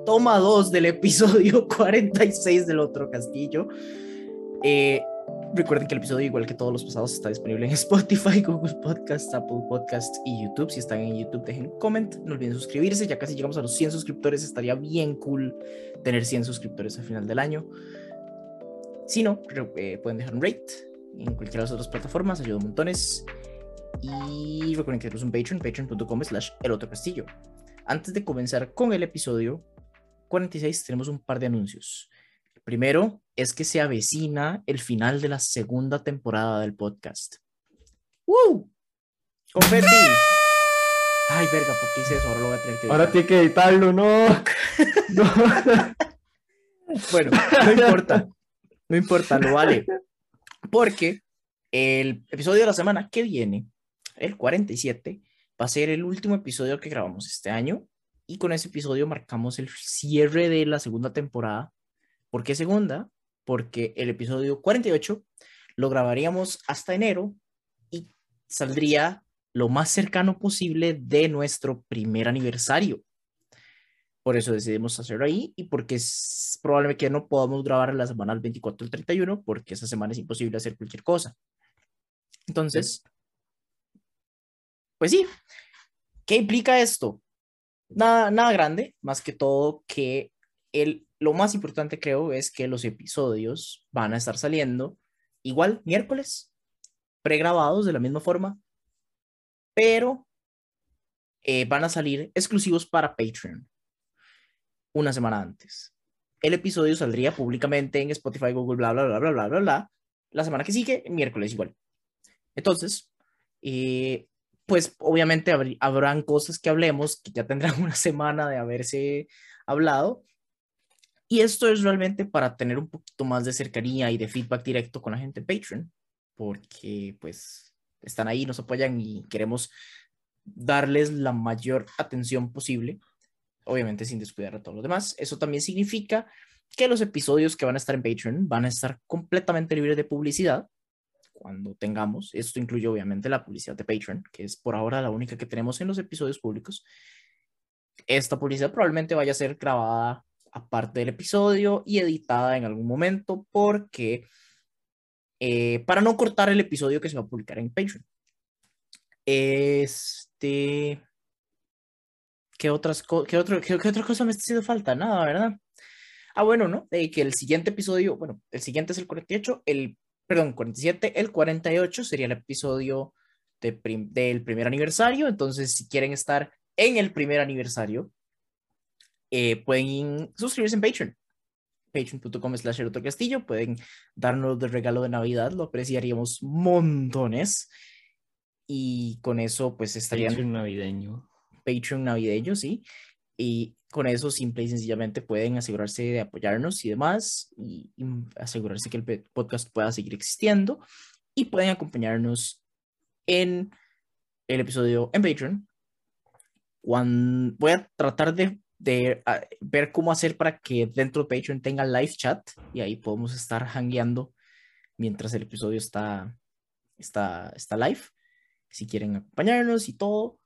toma 2 del episodio 46 del otro castillo. Recuerden que el episodio, igual que todos los pasados, está disponible en Spotify, Google Podcasts, Apple Podcasts y YouTube. Si están en YouTube, dejen un comment. No olviden suscribirse. Ya casi llegamos a los 100 suscriptores. Estaría bien cool tener 100 suscriptores al final del año. Si no, pueden dejar un rate en cualquiera de las otras plataformas. Ayuda montones. Y recuerden que tenemos un Patreon, patreon.com/elotro-castillo. Antes de comenzar con el episodio 46, tenemos un par de anuncios. El primero es que se avecina el final de la segunda temporada del podcast. ¡Woo! ¡Confeti! Ay, verga, ¿por qué hice eso? Ahora lo voy a tener que editar. Ahora tiene que editarlo, no. No. Bueno, no importa, lo vale. Porque el episodio de la semana que viene, el 47, va a ser el último episodio que grabamos este año. Y con ese episodio marcamos el cierre de la segunda temporada. ¿Por qué segunda? Porque el episodio 48 lo grabaríamos hasta enero y saldría lo más cercano posible de nuestro primer aniversario. Por eso decidimos hacerlo ahí y porque es probable que no podamos grabar la semana del 24 al 31 porque esa semana es imposible hacer cualquier cosa. Entonces, pues sí, ¿qué implica esto? Nada grande, más que todo que lo más importante creo es que los episodios van a estar saliendo igual miércoles, pregrabados de la misma forma, pero van a salir exclusivos para Patreon una semana antes. El episodio saldría públicamente en Spotify, Google, bla, bla, bla, bla, bla, bla, bla, la semana que sigue, miércoles igual. Entonces, pues obviamente habrán cosas que hablemos que ya tendrán una semana de haberse hablado. Y esto es realmente para tener un poquito más de cercanía y de feedback directo con la gente en Patreon, porque pues están ahí, nos apoyan y queremos darles la mayor atención posible, obviamente sin descuidar a todos los demás. Eso también significa que los episodios que van a estar en Patreon van a estar completamente libres de publicidad cuando tengamos. Esto incluye obviamente la publicidad de Patreon, que es por ahora la única que tenemos en los episodios públicos. Esta publicidad probablemente vaya a ser grabada aparte del episodio y editada en algún momento porque para no cortar el episodio que se va a publicar en Patreon. ¿Qué otra cosa me está haciendo falta? Nada, ¿verdad? Bueno, ¿no? Que el siguiente episodio, bueno, el siguiente es el 48, perdón, 47, el 48 sería el episodio del primer aniversario. Entonces, si quieren estar en el primer aniversario, pueden suscribirse en Patreon. Patreon.com/elotro-castillo. Pueden darnos de regalo de Navidad, lo apreciaríamos montones. Y con eso, pues estarían. Patreon navideño. Patreon navideño, sí. Y con eso, simple y sencillamente, pueden asegurarse de apoyarnos y demás, y asegurarse que el podcast pueda seguir existiendo. Y pueden acompañarnos en el episodio en Patreon. Voy a tratar de ver cómo hacer para que dentro de Patreon tenga live chat y ahí podemos estar hangueando mientras el episodio está live. Si quieren acompañarnos y todo,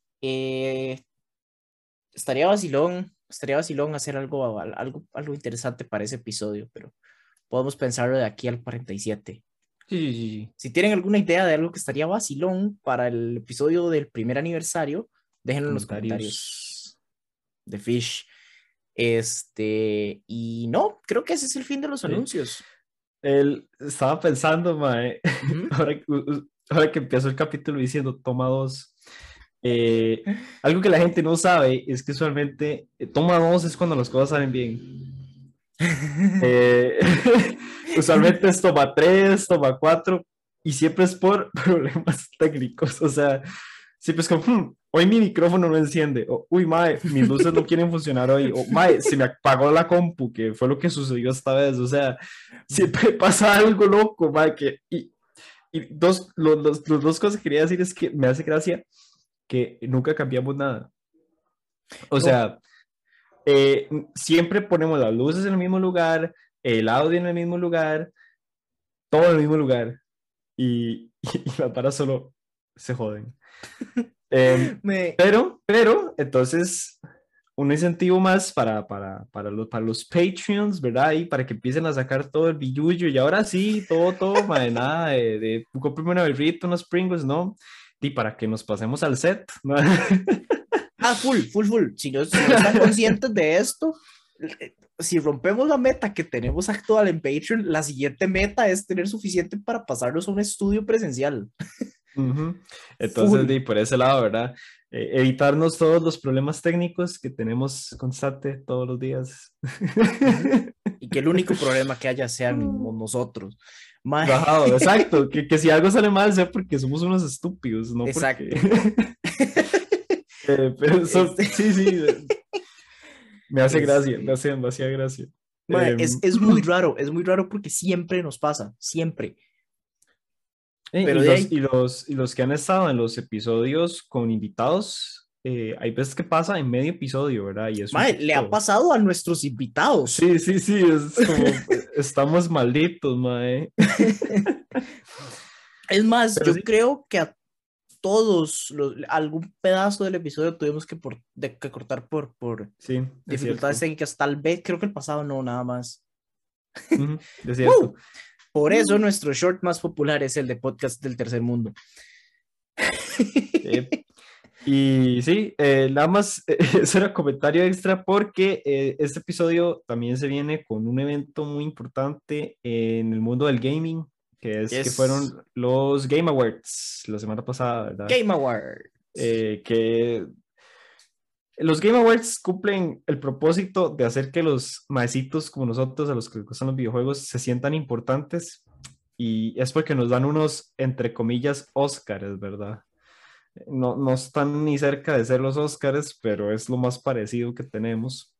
estaría vacilón hacer algo interesante para ese episodio, pero podemos pensarlo de aquí al 47. Sí. Si tienen alguna idea de algo que estaría vacilón para el episodio del primer aniversario, déjenlo en los comentarios de Fish. Y no, creo que ese es el fin de los anuncios. Estaba pensando, mae, ahora que empezó el capítulo diciendo toma 2. Algo que la gente no sabe es que usualmente toma 2 es cuando las cosas salen bien. Usualmente es toma 3, toma 4 y siempre es por problemas técnicos. O sea, siempre es como, hoy mi micrófono no enciende, o uy, mae, mis luces no quieren funcionar hoy, o mae, se me apagó la compu, que fue lo que sucedió esta vez. O sea, siempre pasa algo loco, mae, y los dos cosas que quería decir es que me hace gracia que nunca cambiamos nada. O sea, siempre ponemos las luces en el mismo lugar, el audio en el mismo lugar, todo en el mismo lugar, y las varas solo se joden. Pero, entonces, un incentivo más para los Patreons, ¿verdad? Y para que empiecen a sacar todo el billullo. Y ahora sí, todo, mae, nada de cómprame una birrita, unos Pringles, ¿no? Y para que nos pasemos al set, ¿no? Ah, full. Si no están conscientes de esto, si rompemos la meta que tenemos actual en Patreon, la siguiente meta es tener suficiente para pasarnos a un estudio presencial. Ujú. Entonces, Full. por ese lado, ¿verdad? Evitarnos todos los problemas técnicos que tenemos constante todos los días. Ujú. Y que el único problema que haya sean nosotros. Mae, Rajado, exacto. Que si algo sale mal sea porque somos unos estúpidos, no porque. exacto. Pero eso, Este, sí, sí, me hace gracia, me este, hace demasiada gracia. mae, es muy raro porque siempre nos pasa, siempre. Y Pero de los, ahí, y los que han estado en los episodios con invitados, hay veces que pasa en medio episodio, ¿verdad? Y es un mae, le ha poquito. pasado a nuestros invitados. Sí, sí, sí, es como, estamos malditos, mae. Es más, Pero sí, yo creo que a todos, algún pedazo del episodio tuvimos que cortar por sí, es dificultades cierto. técnicas, tal vez, creo que el pasado no, nada más. Ujú, es cierto. ¡Woo! Por eso Mm. nuestro short más popular es el de podcast del tercer mundo. Eh, y sí, nada más, ese era comentario extra porque este episodio también se viene con un evento muy importante en el mundo del gaming, que Es fueron los Game Awards la semana pasada, ¿verdad? Game Awards. Que los Game Awards cumplen el propósito de hacer que los maecitos como nosotros, a los que les gustan los videojuegos, se sientan importantes y es porque nos dan unos, entre comillas, Óscares, ¿verdad? No, no están ni cerca de ser los Óscares, pero es lo más parecido que tenemos.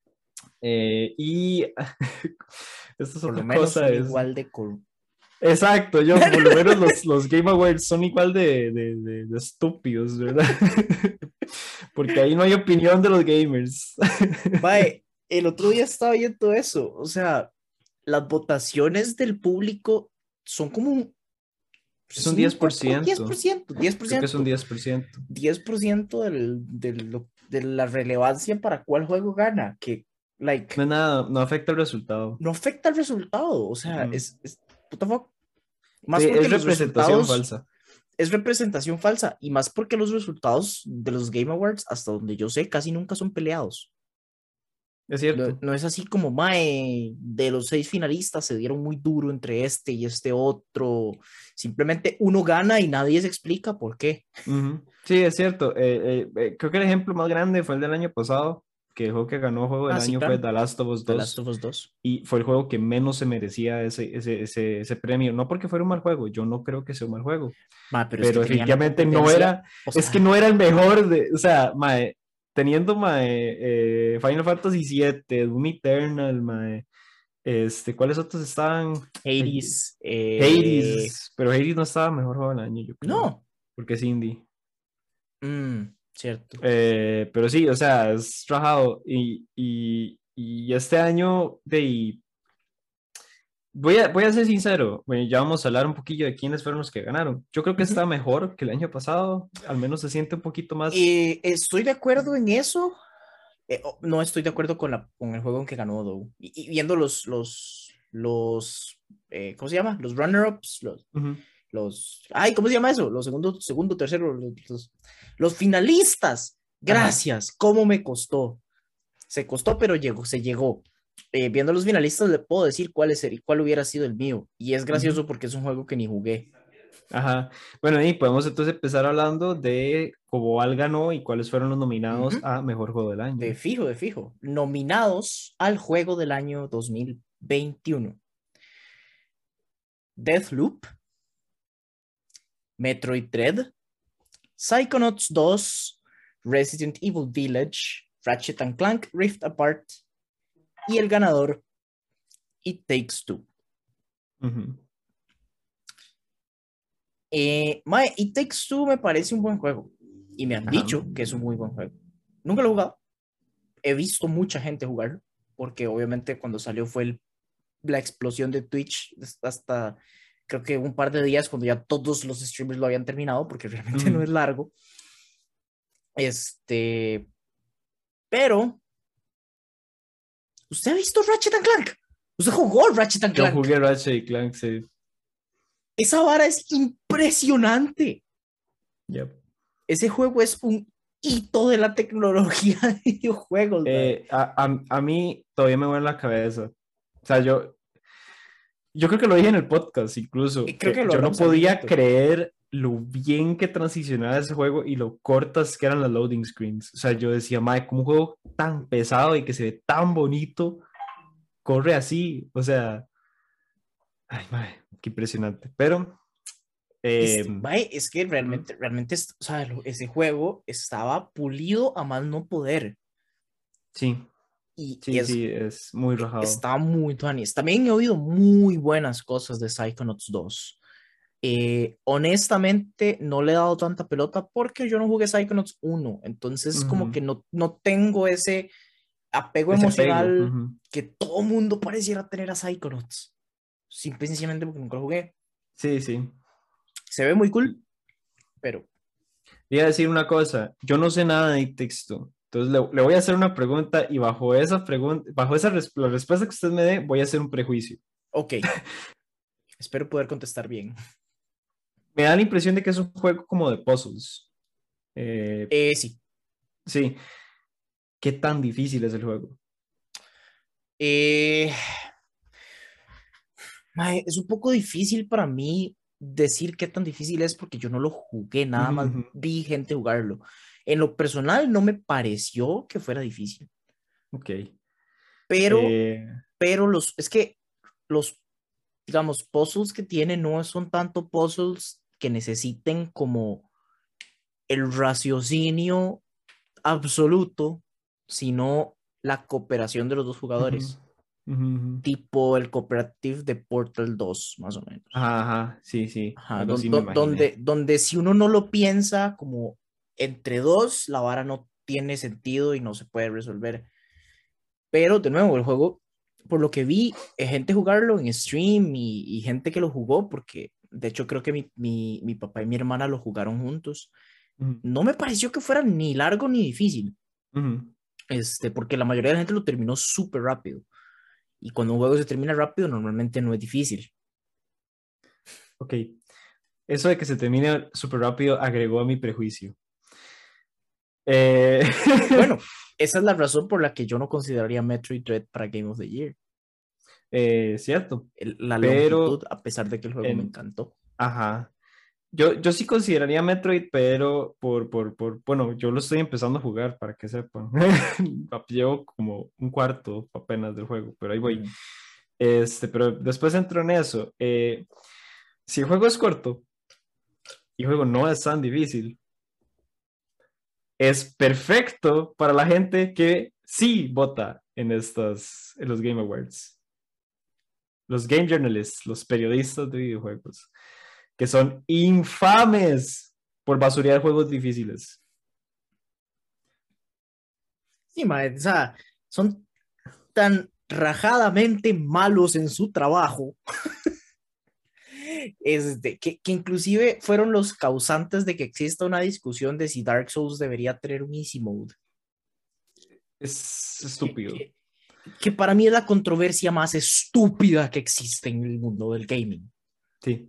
Y esta es Por lo otra menos cosa, son es. igual de cool. Exacto, yo por lo menos los Game Awards son igual de estúpidos, ¿verdad? Porque ahí no hay opinión de los gamers. Mae, el otro día estaba viendo eso. O sea, las votaciones del público son como un Es un diez por 5, diez por ciento ciento, diez por Creo que es un ciento 10%. 10% de la relevancia para cuál juego gana, que, like, No, es nada, no afecta el resultado. no afecta el resultado, o sea, Mm. what the fuck? Sí, Más porque es los representación resultados falsa. es representación falsa, y más porque los resultados de los Game Awards, hasta donde yo sé, casi nunca son peleados. Es No, cierto. no es así como, mae, de los 6 finalistas se dieron muy duro entre este y este otro. Simplemente uno gana y nadie se explica por qué. Ujú. Sí, es cierto. Creo que el ejemplo más grande fue el del año pasado, que el juego que ganó Juego del Ah, sí, Año fue claro. The Last of Us The Last 2 of Us 2. y fue el juego que menos se merecía ese premio. No porque fuera un mal juego, yo no creo que sea un mal juego, Ma, pero es que pero tenían la definitivamente no competencia, era, o es que sea, no era el mejor de, o sea, mae, teniendo mae, Final Fantasy VII, Doom Eternal, mae, ¿cuáles otros estaban? Ay, Hades, Hades, pero Hades no estaba mejor juego del año, yo creo, no, porque es indie. cierto. Pero sí, o sea, es rajado. Y este año, voy a ser sincero, bueno, ya vamos a hablar un poquillo de quiénes fueron los que ganaron. Yo creo que Ujú. está mejor que el año pasado, al menos se siente un poquito más. Estoy de acuerdo en eso. No estoy de acuerdo con el juego en que ganó Dow. Y viendo ¿cómo se llama? Los runner-ups, Ujú, ay, ¿cómo se llama eso? Los segundo, tercero, los finalistas. ajá. Gracias, ¿cómo me costó? Se costó, pero llegó, se llegó. Viendo los finalistas, le puedo decir cuál hubiera sido el mío. Y es Ujú, gracioso porque es un juego que ni jugué. ajá. Bueno, y podemos entonces empezar hablando de cómo Val ganó y cuáles fueron los nominados Ujú. a Mejor Juego del Año. De fijo, de fijo. Nominados al juego del año 2021: Deathloop, Metroid Dread, Psychonauts 2, Resident Evil Village, Ratchet and Clank Rift Apart y el ganador, It Takes Two. Ujú, It Takes Two me parece un buen juego y me han ajá. dicho que es un muy buen juego. Nunca lo he jugado, he visto mucha gente jugarlo porque obviamente cuando salió fue la explosión de Twitch hasta creo que un par de días cuando ya todos los streamers lo habían terminado porque realmente no Ujú, es largo. Este, Pero, ¿usted ha visto Ratchet and Clank? ¿Usted jugó Ratchet and Yo Clank? jugué Ratchet y Clank, sí. Esa vara es impresionante. Yep. Ese juego es un hito de la tecnología de videojuegos, mae. A mí todavía me vuelve la cabeza. O sea, yo creo que lo dije en el podcast incluso, Creo que que lo yo no hablamos al podía minuto. creer lo bien que transicionaba ese juego y lo cortas que eran las loading screens. O sea, yo decía, madre, ¿cómo un juego tan pesado y que se ve tan bonito corre así? O sea, ay, madre, qué impresionante. Pero, Mae, es que ujú, realmente, o sea, ese juego estaba pulido a más no poder. sí, Y sí, sí, es muy rajado. está muy tuanis. También he oído muy buenas cosas de Psychonauts 2. Honestamente, no le he dado tanta pelota porque yo no jugué Psychonauts 1. Entonces, como Ujú, que no tengo ese apego ese apego. emocional Ujú. que todo mundo pareciera tener a Psychonauts. Simple y sencillamente porque nunca lo jugué. Sí, sí. Se ve muy cool, pero Iba a decir una cosa, yo no sé nada de texto, entonces le voy a hacer una pregunta y bajo esa pregunta, la respuesta que usted me dé, voy a hacer un prejuicio. ok. Espero poder contestar bien. Me da la impresión de que es un juego como de puzzles. Sí. Sí, ¿qué tan difícil es el juego? Eh, Mae, es un poco difícil para mí decir qué tan difícil es porque yo no lo jugué, nada Ujú, más ujú. vi gente jugarlo. En lo personal no me pareció que fuera difícil, Ok. pero, Eh, es que los, digamos, puzzles que tiene no son tanto puzzles que necesiten como el raciocinio absoluto, sino la cooperación de los dos ujú, jugadores, ujú, ujú. tipo el cooperative de Portal 2, más o menos. Ajá, ajá, sí, sí, Ajá, algo así me imaginé. donde si uno no lo piensa como entre dos, la vara no tiene sentido y no se puede resolver. Pero de nuevo, el juego, por lo que vi, gente jugarlo en stream y gente que lo jugó, porque de hecho creo que mi papá y mi hermana lo jugaron juntos, Ujú, no me pareció que fuera ni largo ni difícil, ujú. porque la mayoría de la gente lo terminó súper rápido. Y cuando un juego se termina rápido, normalmente no es difícil. Ok, eso de que se termine súper rápido agregó a mi prejuicio. Eh, Bueno, esa es la razón por la que yo no consideraría Metroid Dread para Game of the Year. cierto, La longitud, pero a pesar de que el juego me en, encantó. ajá, yo sí consideraría Metroid, pero bueno, yo lo estoy empezando a jugar, para que sepan. Llevo como un cuarto apenas del juego, pero ahí voy. Mm. Pero después entro en eso. Si el juego es corto y el juego no es tan difícil, es perfecto para la gente que sí vota en los Game Awards. Los game journalists, los periodistas de videojuegos, que son infames por basurear juegos difíciles. Sí, o sea, son tan rajadamente malos en su trabajo, que inclusive fueron los causantes de que exista una discusión de si Dark Souls debería tener un easy mode, Es que, estúpido. que, que para mí es la controversia más estúpida que existe en el mundo del gaming. Sí.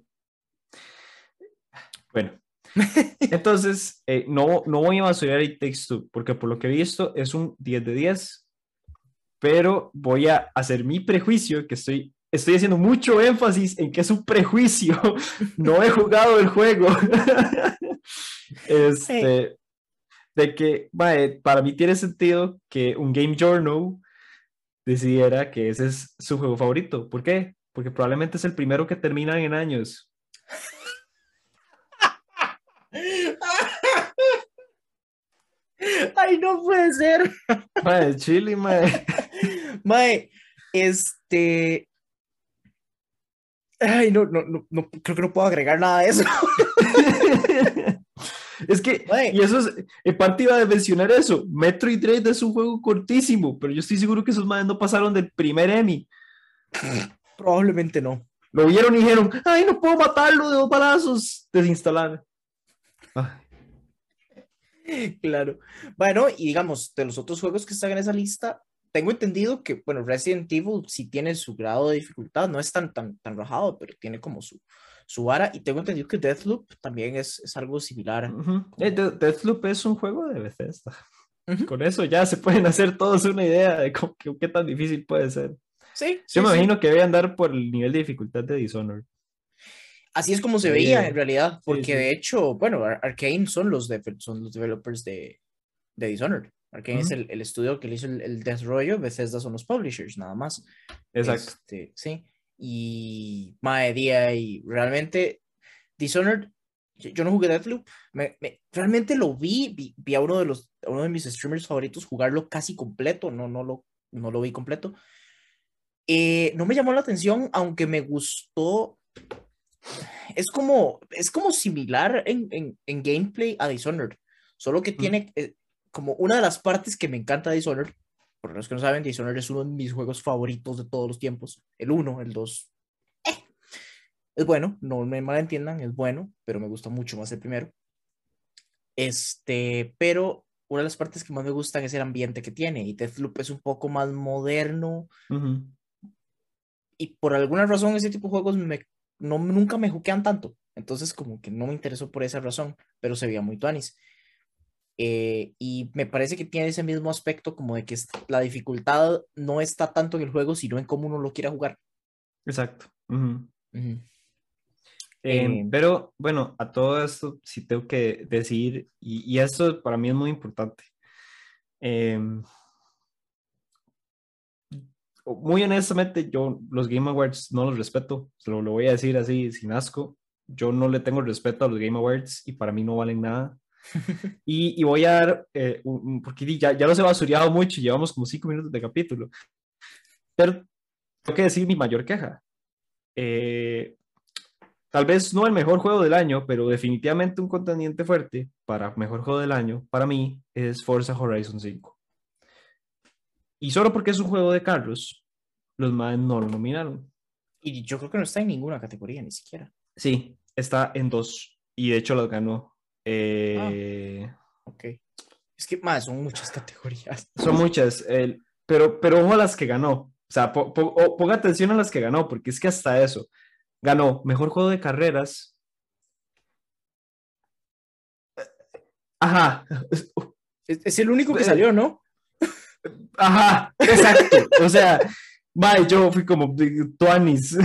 Bueno, entonces no voy a basurear It Takes Two, porque por lo que he visto es un 10 de 10, pero voy a hacer mi prejuicio, que estoy haciendo mucho énfasis en que es un prejuicio. No he jugado el juego. Eh, este, de que, para mí tiene sentido que un Game Journal decidiera que ese es su juego favorito. ¿Por qué? Porque probablemente es el primero que terminan en años. Ay, no puede ser. Chile, mae. Mae, este. Ay, creo que no puedo agregar nada de eso. Es que, y Mae, eso es, en parte iba a mencionar eso, Metroid Dread es un juego cortísimo, pero yo estoy seguro que esos madres no pasaron del primer Emmy. probablemente no. Lo vieron y dijeron, ay, no puedo matarlo de dos balazos, desinstalar. Ay, Claro. Bueno, y digamos, de los otros juegos que están en esa lista, tengo entendido que, bueno, Resident Evil sí tiene su grado de dificultad, no es tan rajado, pero tiene como su vara, y tengo entendido que Deathloop también es algo similar. Ujú. Como... Deathloop es un juego de Bethesda. Ujú. Con eso ya se pueden hacer todos una idea de qué tan difícil puede ser. Sí, Yo sí, me sí. imagino que debe andar por el nivel de dificultad de Dishonored. Así es como se Ahí veía en realidad, sí, porque de sí. hecho, bueno, Arcane son los developers de Dishonored. Arcane es Ujú. el estudio que le hizo el desarrollo, Bethesda son los publishers, nada más. Exacto. Sí. Y Mae Día, y realmente Dishonored, yo no jugué Deathloop, realmente lo vi a a uno de mis streamers favoritos jugarlo casi completo, no lo vi completo. No me llamó la atención, aunque me gustó. Es como similar en gameplay a Dishonored, solo que Ujú. tiene como una de las partes que me encanta de Dishonored. Por los que no saben, Dishonored es uno de mis juegos favoritos de todos los tiempos. El uno, el 2 es bueno, no me malentiendan, es bueno, pero me gusta mucho más el primero. Pero una de las partes que más me gustan es el ambiente que tiene, y Deathloop es un poco más moderno, Ujú. y por alguna razón ese tipo de juegos nunca me juquean tanto. Entonces como que no me interesó por esa razón, pero se veía muy tuanis. Y me parece que tiene ese mismo aspecto como de que la dificultad no está tanto en el juego, sino en cómo uno lo quiera jugar. Exacto. Ujú. Ujú. Eh, Pero bueno, a todo esto sí tengo que decir, y esto para mí es muy importante. Em, Muy honestamente, yo los Game Awards no los respeto, lo voy a decir así, sin asco. Yo no le tengo respeto a los Game Awards y para mí no valen nada. Y voy a dar, porque ya los he basureado mucho, llevamos como 5 minutos de capítulo, pero tengo que decir mi mayor queja. Eh, Tal vez no el mejor juego del año, pero definitivamente un contendiente fuerte para mejor juego del año, para mí, es Forza Horizon 5. Y solo porque es un juego de carros, los más no lo nominaron. y yo creo que no está en ninguna categoría, ni siquiera. Sí, está en dos y de hecho las ganó. Ah, ok. Es que más, son muchas categorías. Son muchas, pero ojo a las que ganó. O sea, ponga atención a las que ganó, porque es que hasta eso. Ganó mejor juego de carreras. Ajá, Es el único que eh, salió, ¿no? ajá, exacto. O sea, yo fui como Tuanis.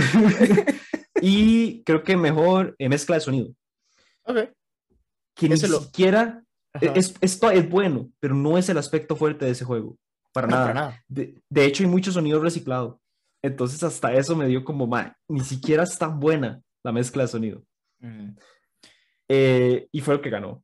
Y creo que mejor mezcla de sonido, Ok. que ni Ese lo. siquiera Ajá. esto es bueno, pero no es el aspecto fuerte de ese juego, para No, para nada. nada. De hecho, hay mucho sonido reciclado. Entonces, hasta eso me dio como, ni siquiera es tan buena la mezcla de sonido. Mm. Y fue el que ganó.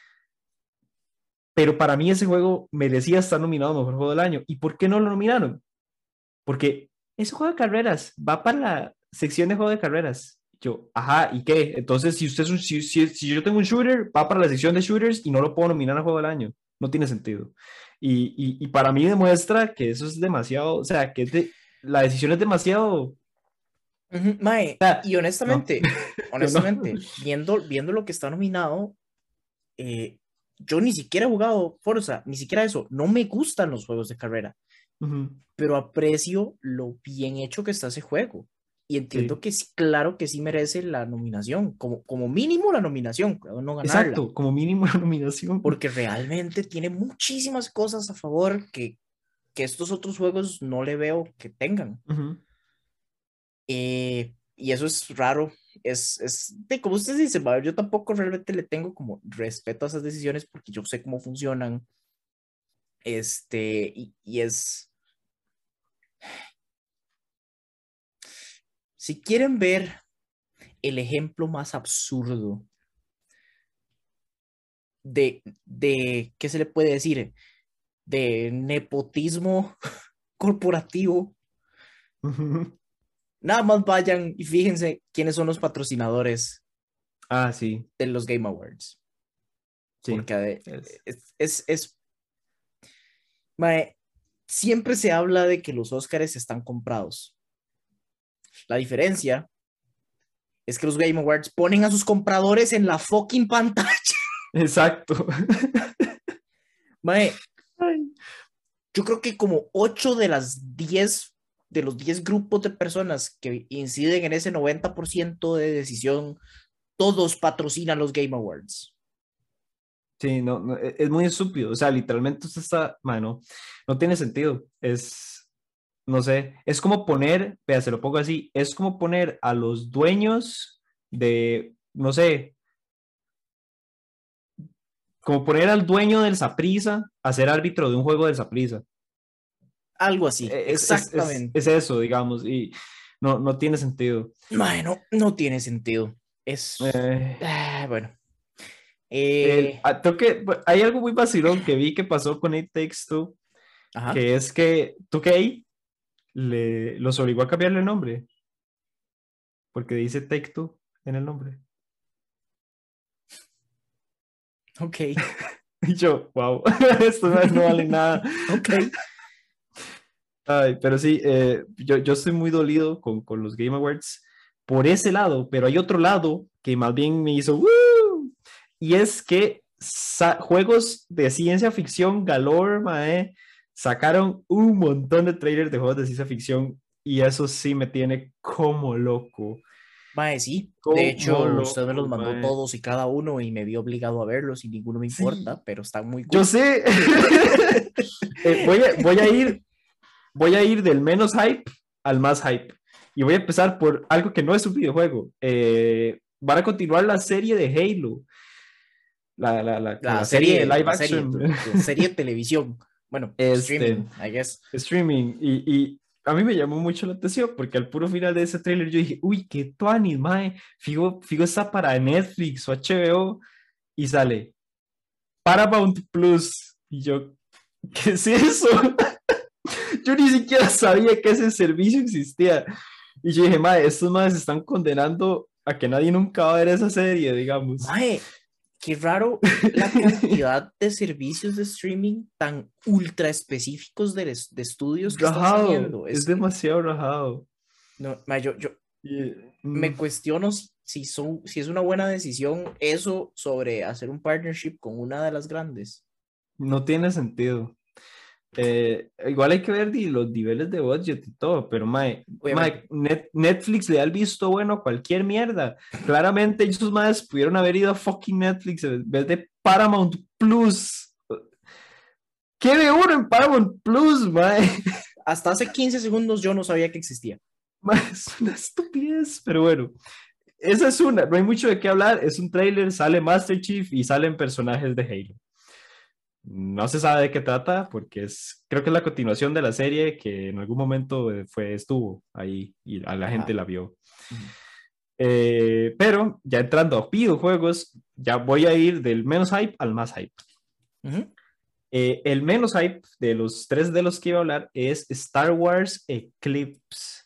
Pero para mí ese juego merecía estar nominado a Mejor Juego del Año. ¿Y por qué no lo nominaron? Porque es un juego de carreras, va para la sección de juego de carreras. Yo, ajá, ¿y qué? Entonces, si usted si yo tengo un shooter, va para la sección de shooters y no lo puedo nominar a juego del año. No tiene sentido. Y para mí demuestra que eso es demasiado, o sea, la decisión es demasiado, o Ujú. Mae, sea, y no, no. viendo lo que está nominado, eh, yo ni siquiera he jugado Forza, ni siquiera eso. No me gustan los juegos de carrera, Ujú. pero aprecio lo bien hecho que está ese juego. Y entiendo Sí, que sí, claro que sí merece la nominación, como mínimo la nominación, claro, no ganarla, exacto, como mínimo la nominación. porque realmente tiene muchísimas cosas a favor que estos otros juegos no le veo que tengan. Ujú. Y eso es raro. Como usted dice, ma, yo tampoco realmente le tengo como respeto a esas decisiones porque yo sé cómo funcionan. Y si quieren ver el ejemplo más absurdo ¿qué se le puede decir? De nepotismo corporativo, Ujú. nada más vayan y fíjense quiénes son los patrocinadores Ah, sí, de los Game Awards. sí. Porque Es. mae, siempre se habla de que los Oscars están comprados. La diferencia es que los Game Awards ponen a sus compradores en la fucking pantalla. Exacto. Mae, Ay. yo creo que como 8 de los 10 grupos de personas que inciden en ese 90% de decisión, todos patrocinan los Game Awards. Sí, es muy estúpido. O sea, literalmente usted está, mano, no tiene sentido. No sé, es como poner, vea, se lo pongo así, es como poner a los dueños de, no sé, como poner al dueño del Saprissa a ser árbitro de un juego del Saprissa. Algo así, Es exactamente. eso, digamos, y no tiene sentido. Bueno, no tiene sentido. Es, Eh, bueno. Eh, Creo que hay algo muy vacilón que vi que pasó con It Takes Two, ajá, que es que 2K los obligó a cambiarle el nombre, porque dice Take Two en el nombre. ok, Y yo, wow, esto no vale nada. ok. Ay, pero sí, yo estoy muy dolido con los Game Awards por ese lado, pero hay otro lado que más bien me hizo ¡woo! Y es que juegos de ciencia ficción galore, mae, sacaron un montón de trailers de juegos de ciencia ficción y eso sí me tiene como loco, Mae, sí. De como hecho, usted me los loco, mandó mae. todos y cada uno y me vi obligado a verlos y ninguno me Sí, importa, pero están muy yo cool. sé. Voy a ir del menos hype al más hype. Y voy a empezar por algo que no es un videojuego. Van a continuar la serie de Halo, la serie de live action. La serie de televisión. Bueno, Este, streaming, I guess. streaming. Y a mí me llamó mucho la atención porque al puro final de ese trailer yo dije, uy, qué tuanis, mae. Figo está para Netflix o HBO y sale Paramount Plus. Y yo, ¿qué es eso? Yo ni siquiera sabía que ese servicio existía. Y yo dije, madre, estos madres están condenando a que nadie nunca va a ver esa serie, digamos. Mae, qué raro la cantidad de servicios de streaming tan ultra específicos de estudios que están Rajado, saliendo. es Es que, demasiado rajado. no, mae, yo Y, me cuestiono si es una buena decisión eso sobre hacer un partnership con una de las grandes. no tiene sentido. Igual hay que ver los niveles de budget y todo, pero Obviamente. Netflix le da el visto bueno a cualquier mierda. Claramente ellos más pudieron haber ido a fucking Netflix en vez de Paramount Plus. ¿Qué de uno en Paramount Plus, mae? Hasta hace 15 segundos yo no sabía que existía. Es una estupidez, pero bueno, esa es una, no hay mucho de qué hablar, es un trailer, sale Master Chief y salen personajes de Halo. No se sabe de qué trata porque creo que es la continuación de la serie que en algún momento estuvo ahí y a la gente Ajá. la vio. Ujú. Pero ya entrando a videojuegos, ya voy a ir del menos hype al más hype. Ujú. El menos hype de los tres de los que iba a hablar es Star Wars Eclipse.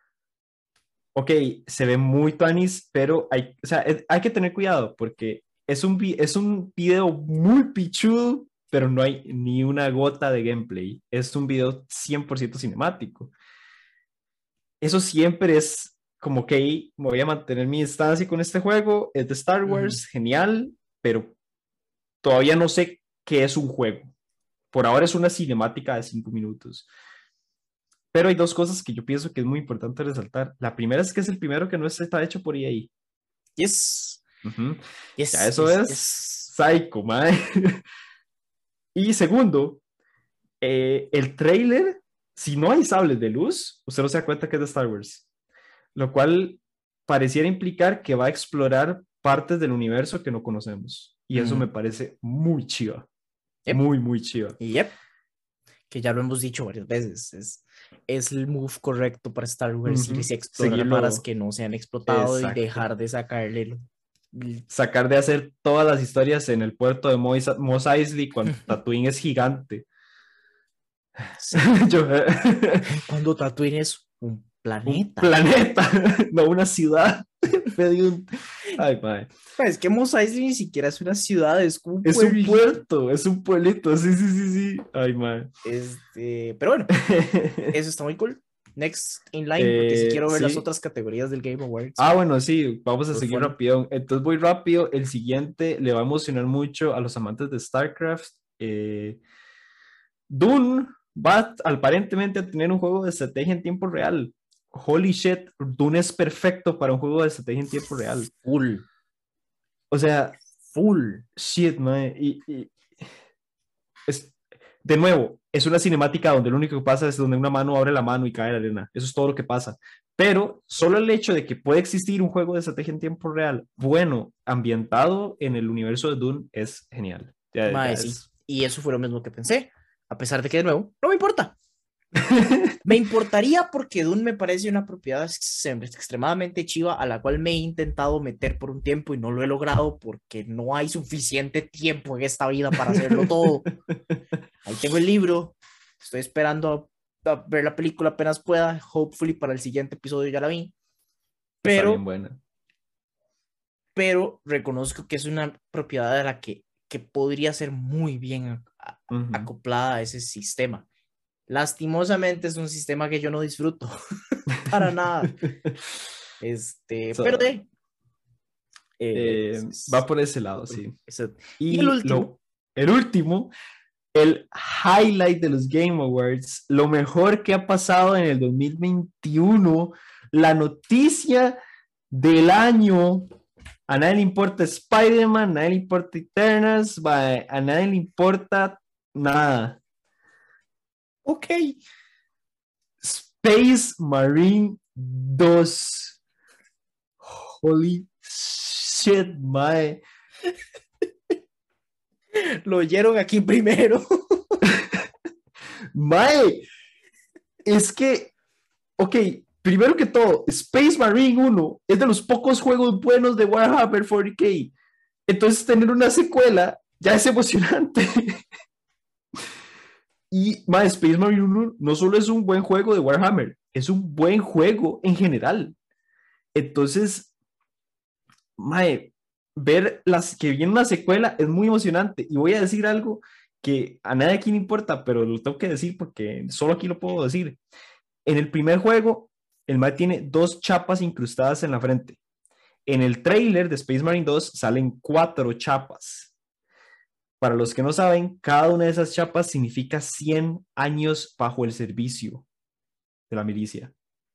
Ok, se ve muy tuanis, pero o sea, hay que tener cuidado porque es un video muy pichudo, pero no hay ni una gota de gameplay. Es un video 100% cinemático. Eso siempre es como que me voy a mantener mi distancia con este juego. Es de Star Ujú. Wars, genial, pero todavía no sé qué es un juego. Por ahora es una cinemática de 5 minutos. Pero hay dos cosas que yo pienso que es muy importante resaltar. La primera es que es el primero que no está hecho por EA. Yes. Ujú. Ya Yes, eso yes, es yes. psycho, mae. Y segundo, el trailer, si no hay sables de luz, usted no se da cuenta que es de Star Wars. Lo cual pareciera implicar que va a explorar partes del universo que no conocemos. Y eso me Ujú. parece muy chiva. Yep. Muy, muy chiva. Yep. Que ya lo hemos dicho varias veces. Es el move correcto para Star Wars Ujú. irse a explorar varas Seguirlo. que no se han explotado y Exacto. dejar de sacarle Sacar de hacer todas las historias en el puerto de Mos Eisley cuando Tatooine es gigante. Sí. Yo, Cuando Tatooine es un un planeta. planeta, no una ciudad. Ay, mae. Es que Mos Eisley ni siquiera es una ciudad, es como un Es un pueblito. puerto, es un pueblito. Sí, sí, sí, sí. Ay, mae. Pero bueno, eso está muy cool. Next in line, porque si quiero ver las Sí. otras categorías del Game Awards, Ah, bueno, sí, vamos a for seguir fun. rápido. Entonces voy rápido. El siguiente le va a emocionar mucho a los amantes de StarCraft Dune va aparentemente a tener un juego de estrategia en tiempo real. Holy shit, Dune es perfecto para un juego de estrategia en tiempo real. Full. O sea, Full. shit, man. Es, de nuevo, es una cinemática donde lo único que pasa es donde una mano abre la mano y cae la arena. Eso es todo lo que pasa. Pero solo el hecho de que puede existir un juego de estrategia en tiempo real, bueno, ambientado en el universo de Dune, es genial. Mae, sí. Y eso fue lo mismo que pensé. A pesar de que, de nuevo, no me importa. Me importaría porque Dune me parece una propiedad extremadamente chiva a la cual me he intentado meter por un tiempo y no lo he logrado porque no hay suficiente tiempo en esta vida para hacerlo todo. Ahí tengo el libro, estoy esperando a ver la película apenas pueda, hopefully para el siguiente episodio ya la vi, Está bien pero, buena. pero reconozco que es una propiedad de la que podría ser muy bien acoplada a ese sistema. Lastimosamente es un sistema que yo no disfruto para nada. Pero So, va por ese lado, cool. sí. Y el Y último, el último, el highlight de los Game Awards, lo mejor que ha pasado en el 2021, la noticia del año. A nadie le importa Spider-Man, a nadie le importa Eternals, a nadie le importa nada. ok. Space Marine 2. Holy shit, mae. Lo oyeron aquí primero. Mae, es que, ok, primero que todo, Space Marine 1 es de los pocos juegos buenos de Warhammer 40K. Entonces, tener una secuela ya es emocionante. Y mae, Space Marine 1 no solo es un buen juego de Warhammer, es un buen juego en general. Entonces, mae, ver que viene una secuela es muy emocionante. Y voy a decir algo que a nadie aquí le importa, pero lo tengo que decir porque solo aquí lo puedo decir. En el primer juego, el mae tiene 2 chapas incrustadas en la frente. En el trailer de Space Marine 2 salen 4 chapas. Para los que no saben, cada una de esas chapas significa 100 años bajo el servicio de la milicia.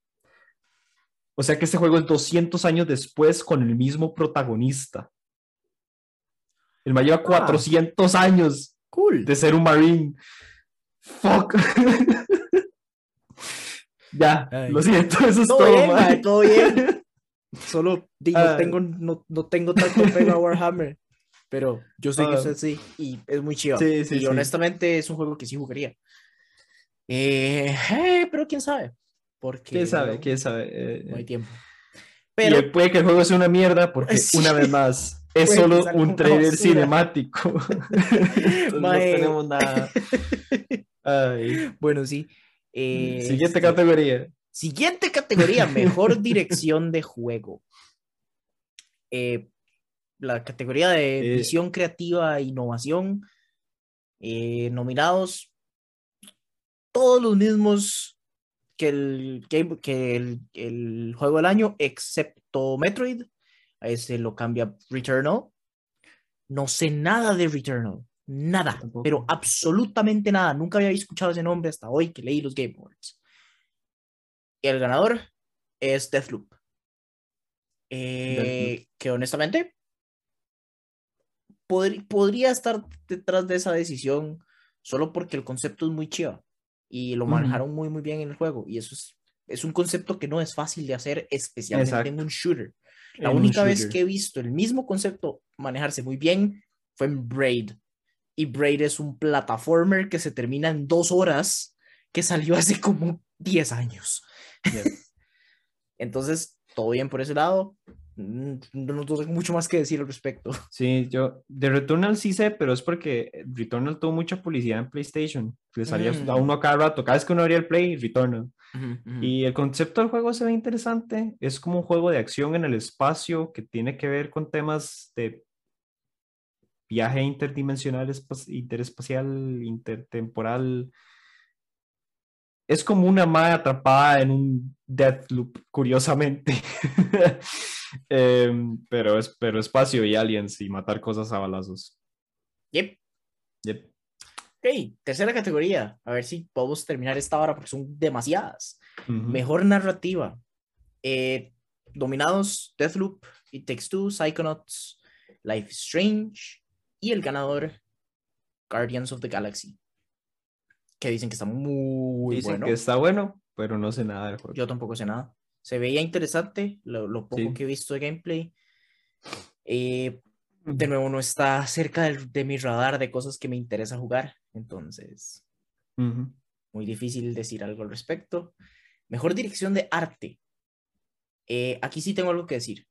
O sea que este juego es 200 años después con el mismo protagonista. El mae lleva 400 años Cool. de ser un Marine. Fuck. Ya, Ay. lo siento, eso es Todo todo, bien, mae. mae, todo bien. Solo Ah. no tengo tanto apego a Warhammer, pero yo sé que Ah, usted sí, y es muy chido. sí, sí, Y sí. honestamente es un juego que sí jugaría. Pero quién sabe, porque ¿Quién de sabe? nuevo, ¿Quién sabe? no hay tiempo. Y Pero puede que el juego sea una mierda porque, sí, una vez más, es puede que solo salga un una trailer basura. cinemático. Entonces no Mae. tenemos nada. Ay. Bueno, sí. Siguiente categoría. Siguiente categoría, mejor dirección de juego. La categoría de Eh, visión creativa e innovación, nominados todos los mismos que el juego del año, excepto Metroid. A ese lo cambia Returnal. No sé nada de Returnal. yo Nada, pero tampoco. absolutamente nada. Nunca había escuchado ese nombre hasta hoy que leí los Game Awards. Y el ganador es Deathloop. Deathloop. Que honestamente podría estar detrás de esa decisión solo porque el concepto es muy chido y lo Ujú. manejaron muy, muy bien en el juego. Y eso es un concepto que no es fácil de hacer, especialmente en Exacto. un shooter. La En un única vez shooter. que he visto el mismo concepto manejarse muy bien fue en Braid. Y Braid es un plataformer que se termina en 2 horas, que salió hace como 10 años. Yep. Entonces, todo bien por ese lado. No tengo mucho más que decir al respecto. Sí, yo de Returnal sí sé, pero es porque Returnal tuvo mucha publicidad en PlayStation. Le salía a uno a cada rato. Cada vez que uno abría el Play, Returnal. Y el concepto del juego se ve interesante. Es como un juego de acción en el espacio que tiene que ver con temas de viaje interdimensional, interespacial, intertemporal. Es como una madre atrapada en un Deathloop, curiosamente. Pero espacio y aliens y matar cosas a balazos. Yep. Yep. Ok, tercera categoría. A ver si podemos terminar esta hora porque son demasiadas. Ujú. Mejor narrativa. Eh, Dominados Deathloop, It Takes Two, Psychonauts, Life is Strange y el ganador Guardians of the Galaxy, que dicen que está muy Dicen que bueno. está bueno, pero no sé nada del juego. Yo tampoco sé nada. Se veía interesante lo poco Sí. que he visto de gameplay. De Ujú. nuevo, no está cerca de mi radar de cosas que me interesa jugar, entonces Ujú. muy difícil decir algo al respecto. Mejor dirección de arte. Aquí sí tengo algo que decir.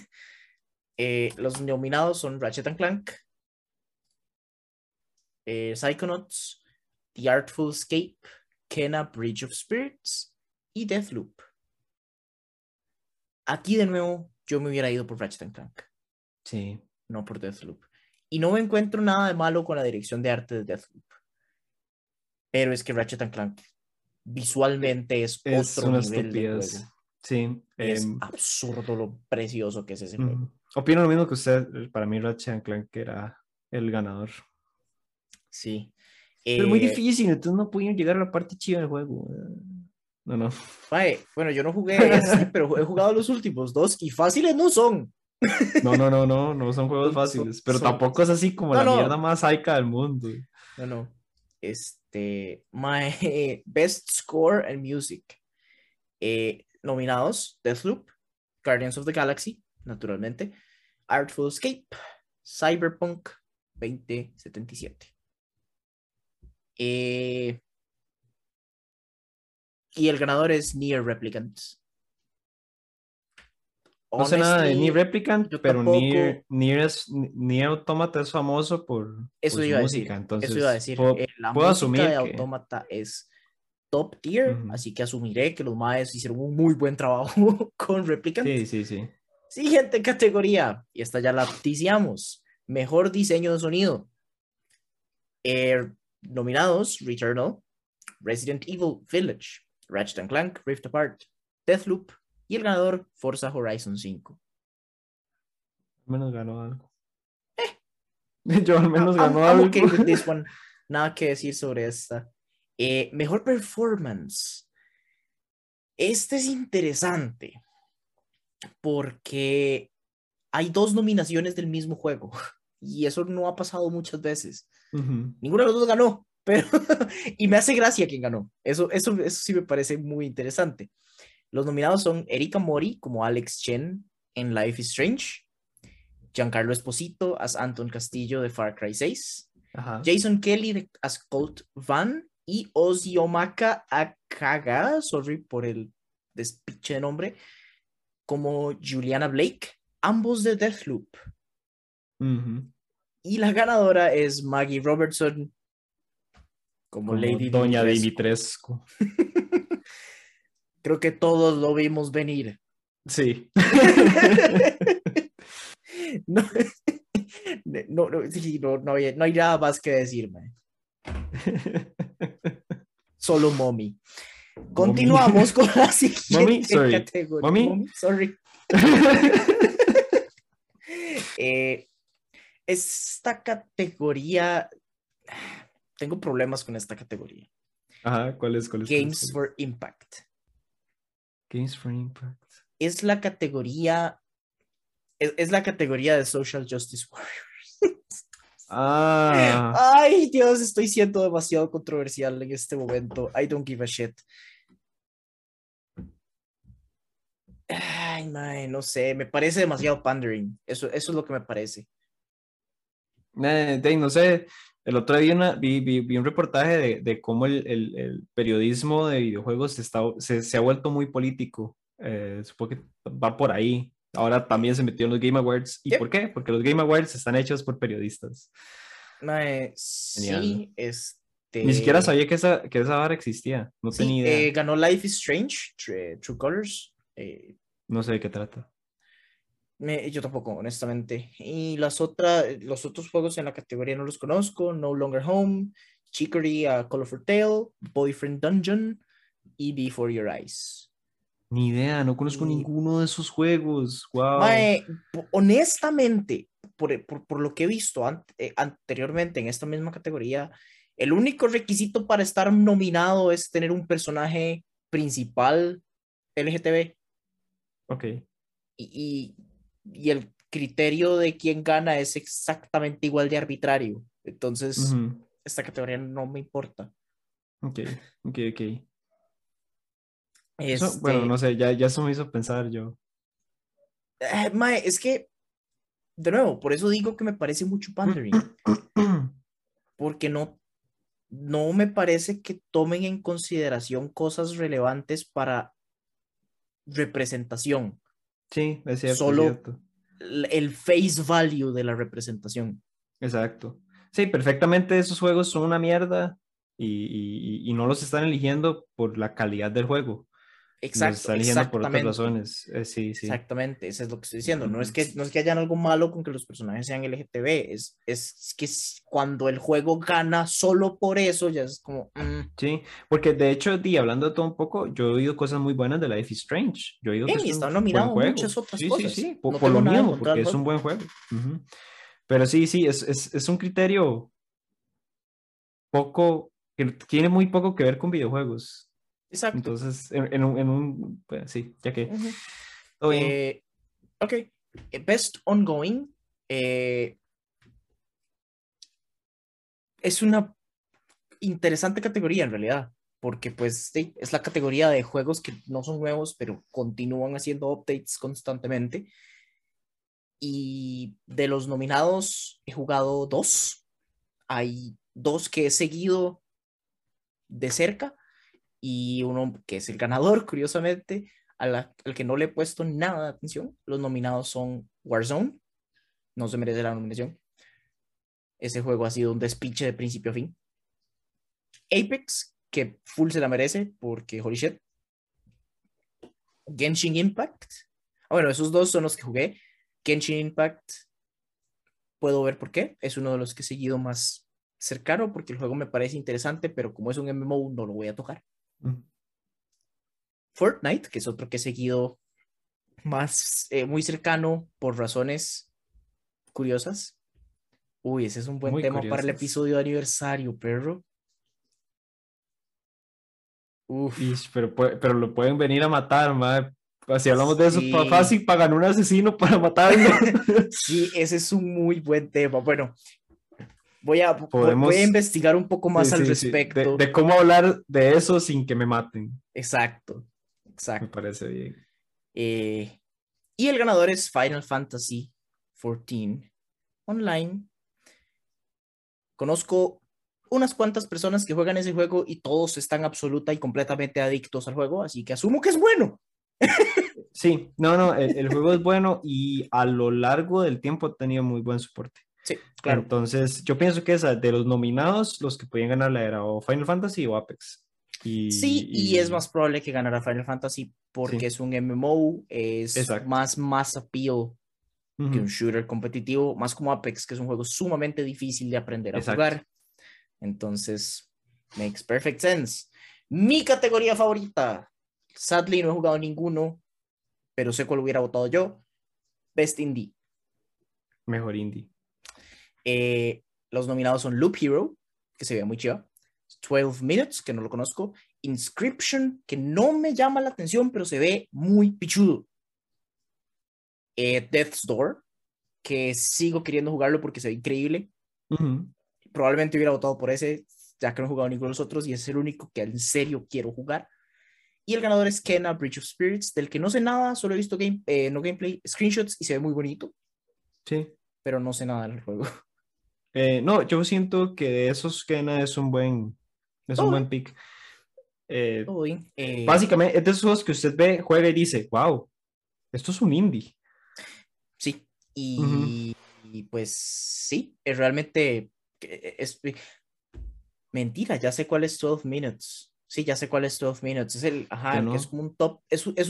Los nominados son Ratchet and Clank, Psychonauts, The Artful Escape, Kena Bridge of Spirits y Deathloop. Aquí de nuevo yo me hubiera ido por Ratchet and Clank, Sí. no por Deathloop. Y no me encuentro nada de malo con la dirección de arte de Deathloop, pero es que Ratchet and Clank visualmente es Es otro una nivel de estupidez. juego. Sí. Es absurdo lo precioso que es ese juego. Opino lo mismo que usted. Para mí, Ratchet and Clank era el ganador. Sí. Pero muy Eh, difícil, entonces no pudieron llegar a la parte chida del juego. No, no. bueno, yo no jugué este, pero he jugado los últimos dos y fáciles no son. No, no, no, no, no son juegos Son, son, fáciles, pero son- tampoco es así como no, la mierda no, más aica del mundo. no, no. My Best Score and Music. Nominados: Deathloop, Guardians of the Galaxy, naturalmente, Artful Escape, Cyberpunk 2077. Y el ganador es Nier Replicant. No sé nada de Nier Honestly, Replicant, yo pero tampoco. Nier Automata es famoso por Eso su iba a música, decir. Eso iba a entonces decir. La puedo música de asumir que... Autómata es top tier, Ujú. así que asumiré que los maes hicieron un muy buen trabajo con Replicant. Sí, sí, sí. Siguiente categoría, y esta ya la ticiamos. Mejor diseño de sonido. Nominados: Returnal, Resident Evil Village, Ratchet and Clank, Rift Apart, Deathloop y el ganador Forza Horizon 5. Al menos ganó algo. Yo al menos ganó I'm algo. okay with this one. Nada que decir sobre esta. Mejor performance. Este es interesante porque hay dos nominaciones del mismo juego y eso no ha pasado muchas veces. Ujú. Ninguno de los dos ganó, pero y me hace gracia quien ganó. Eso sí me parece muy interesante. Los nominados son Erika Mori como Alex Chen en Life is Strange, Giancarlo Esposito as Anton Castillo de Far Cry 6, Ajá. Jason Kelly as Colt Van y Oziomaka Akaga, sorry por el despiche de nombre, como Juliana Blake, ambos de Deathloop. Ujú. Y la ganadora es Maggie Robertson como Como Lady Doña Dimitrescu. Dimitrescu. Creo que todos lo vimos venir. Sí. No, sí, no hay nada más que decirme. Solo mommy. Mommy. Continuamos con la Mommy, siguiente sorry. categoría. Mommy. Mommy, sorry. Eh, esta categoría, tengo problemas con esta categoría. Ajá, ¿cuál es? ¿Cuál es? ¿Cuál es? Games ¿Cuál es? for Impact. Games for Impact. Es la categoría, es la categoría de Social Justice Warriors. Ah, Ay, Dios, estoy siendo demasiado controversial en este momento. I don't give a shit. Ay, man, no sé, me parece demasiado pandering. Eso es lo que me parece. no sé. El otro día vi un reportaje de cómo el periodismo de videojuegos se ha vuelto muy político. Supongo que va por ahí. Ahora también se metió en los Game Awards. ¿Y por Yep. qué? Porque los Game Awards están hechos por periodistas. Mae, Genial. sí, Ni siquiera sabía que esa vara existía. No sí, tenía idea. ganó Life is Strange, True Colors. No sé de qué trata. Yo tampoco, honestamente. Y los otros juegos en la categoría no los conozco. No Longer Home, Chicory, A Colorful Tale, Boyfriend Dungeon y Before Your Eyes. Ni idea, no conozco Y, ninguno de esos juegos. Wow. mae, honestamente, por lo que he visto anteriormente en esta misma categoría, El único requisito para estar nominado es tener un personaje principal LGTB Ok. y, y el criterio de quién gana es exactamente igual de arbitrario. Entonces, Ujú. esta categoría no me importa. Ok, ok, ok. Eso, bueno, Este, no sé, ya eso me hizo pensar yo. mae, es que, de nuevo, por eso digo que me parece mucho pandering, porque no me parece que tomen en consideración cosas relevantes para representación, Sí, es cierto, es solo cierto. el face value de la representación. Exacto. Sí, perfectamente esos juegos son una mierda y no los están eligiendo por la calidad del juego. Los Exacto, están eligiendo por otras exactamente. razones. Sí, sí. Exactamente, eso es lo que estoy diciendo. Ujú. No es que hayan algo malo con que los personajes sean LGTB, es que cuando el juego gana solo por eso, ya es como, Sí, porque de hecho, hablando de todo un poco, yo he oído cosas muy buenas de Life is Strange. Yo he oído que bien, es y está un buen nominado a muchas juego. otras Sí, sí, cosas. sí, No por lo tengo nada en mismo, contra porque del es un juego. buen juego. Ujú. Pero sí, sí, es un criterio poco, que tiene muy poco que ver con videojuegos. Exacto. Entonces, pues, sí, ya que Ujú. todo bien. Eh, ok, Best Ongoing eh, es una interesante categoría en realidad, porque pues sí, es la categoría de juegos que no son nuevos, pero continúan haciendo updates constantemente. Y de los nominados he jugado dos. Hay dos que he seguido de cerca y uno que es el ganador, curiosamente, al que no le he puesto nada de atención. Los nominados son Warzone, no se merece la nominación. Ese juego ha sido un despiche de principio a fin. Apex, que full se la merece porque holy shit. Genshin Impact. Bueno, esos dos son los que jugué. Genshin Impact, puedo ver por qué. Es uno de los que he seguido más cercano porque el juego me parece interesante, pero como es un MMO, no lo voy a tocar. Mm. Fortnite, que es otro que he seguido más muy cercano por razones curiosas. Uy, ese es un buen Muy tema para el curiosas. episodio de aniversario, perro. Uf, Pero lo pueden venir a matar, madre. Si hablamos de eso, sí. fácil pagan un asesino para matarlo. Sí, ese es un muy buen tema. Bueno, voy a Podemos, investigar un poco sí, más al sí, sí, respecto. de cómo hablar de eso sin que me maten. Exacto, Me exacto. parece bien. Eh, y el ganador es Final Fantasy XIV Online. Conozco unas cuantas personas que juegan ese juego y todos están absoluta y completamente adictos al juego, así que asumo que es bueno. Sí, no, no, el juego es bueno y a lo largo del tiempo ha tenido muy buen soporte. Sí, claro. Entonces, yo pienso que esa, de los nominados, los que podían ganarla era o Final Fantasy o Apex. Sí, y es Y más probable que ganara Final Fantasy porque sí, es un MMO, es exacto. más appeal que un Ujú, shooter competitivo, más como Apex, que es un juego sumamente difícil de aprender a exacto. jugar. Entonces, makes perfect sense. Mi categoría favorita, sadly no he jugado ninguno, pero sé cuál hubiera votado yo, Best Indie. Mejor indie. Los nominados son Loop Hero, que se ve muy chido, 12 Minutes, que no lo conozco, Inscription, que no me llama la atención, pero se ve muy pichudo, Death's Door, que sigo queriendo jugarlo porque se ve increíble. Ujú. Probablemente hubiera votado por ese, ya que no he jugado ninguno de los otros y es el único que en serio quiero jugar. Y el ganador es Kena Bridge of Spirits, del que no sé nada, solo he visto no gameplay, screenshots y se ve muy bonito, Sí. pero no sé nada del juego. No, yo siento que de esos Kena es un Todo buen bien, pick. Eh, todo bien. Básicamente es de esos juegos que usted ve, juega y dice, wow, esto es un indie. Sí, Ujú. y pues sí, es realmente mentira, ya sé cuál es 12 Minutes. Sí, ya sé cuál es 12 Minutes. Es Yo el que es no. como un top,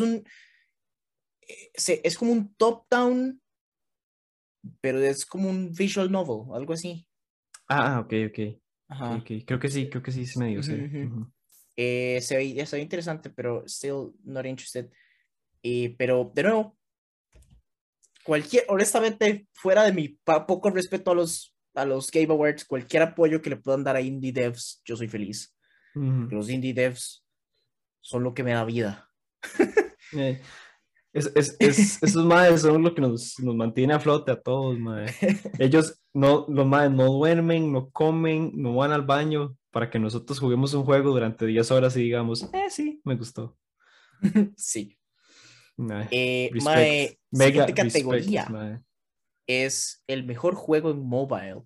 es como un top-down, pero es como un visual novel, algo así. Ok, ok. Ok, Ajá. ok. Sí, Creo que sí se me dio, ujú, sí. ujú. Ujú. Se ve interesante, pero still not interested. Pero de nuevo, honestamente, fuera de mi poco respeto a los a los Game Awards, cualquier apoyo que le puedan dar a indie devs, yo soy feliz. Los indie devs son lo que me da vida. Eh, esos madres son lo que nos mantiene a flote a todos, madre. Ellos, no, los madres no duermen, no comen, no van al baño para que nosotros juguemos un juego durante 10 horas y digamos, sí, me gustó. Sí. Respect, mega Siguiente respect, categoría mae. es el mejor juego en mobile.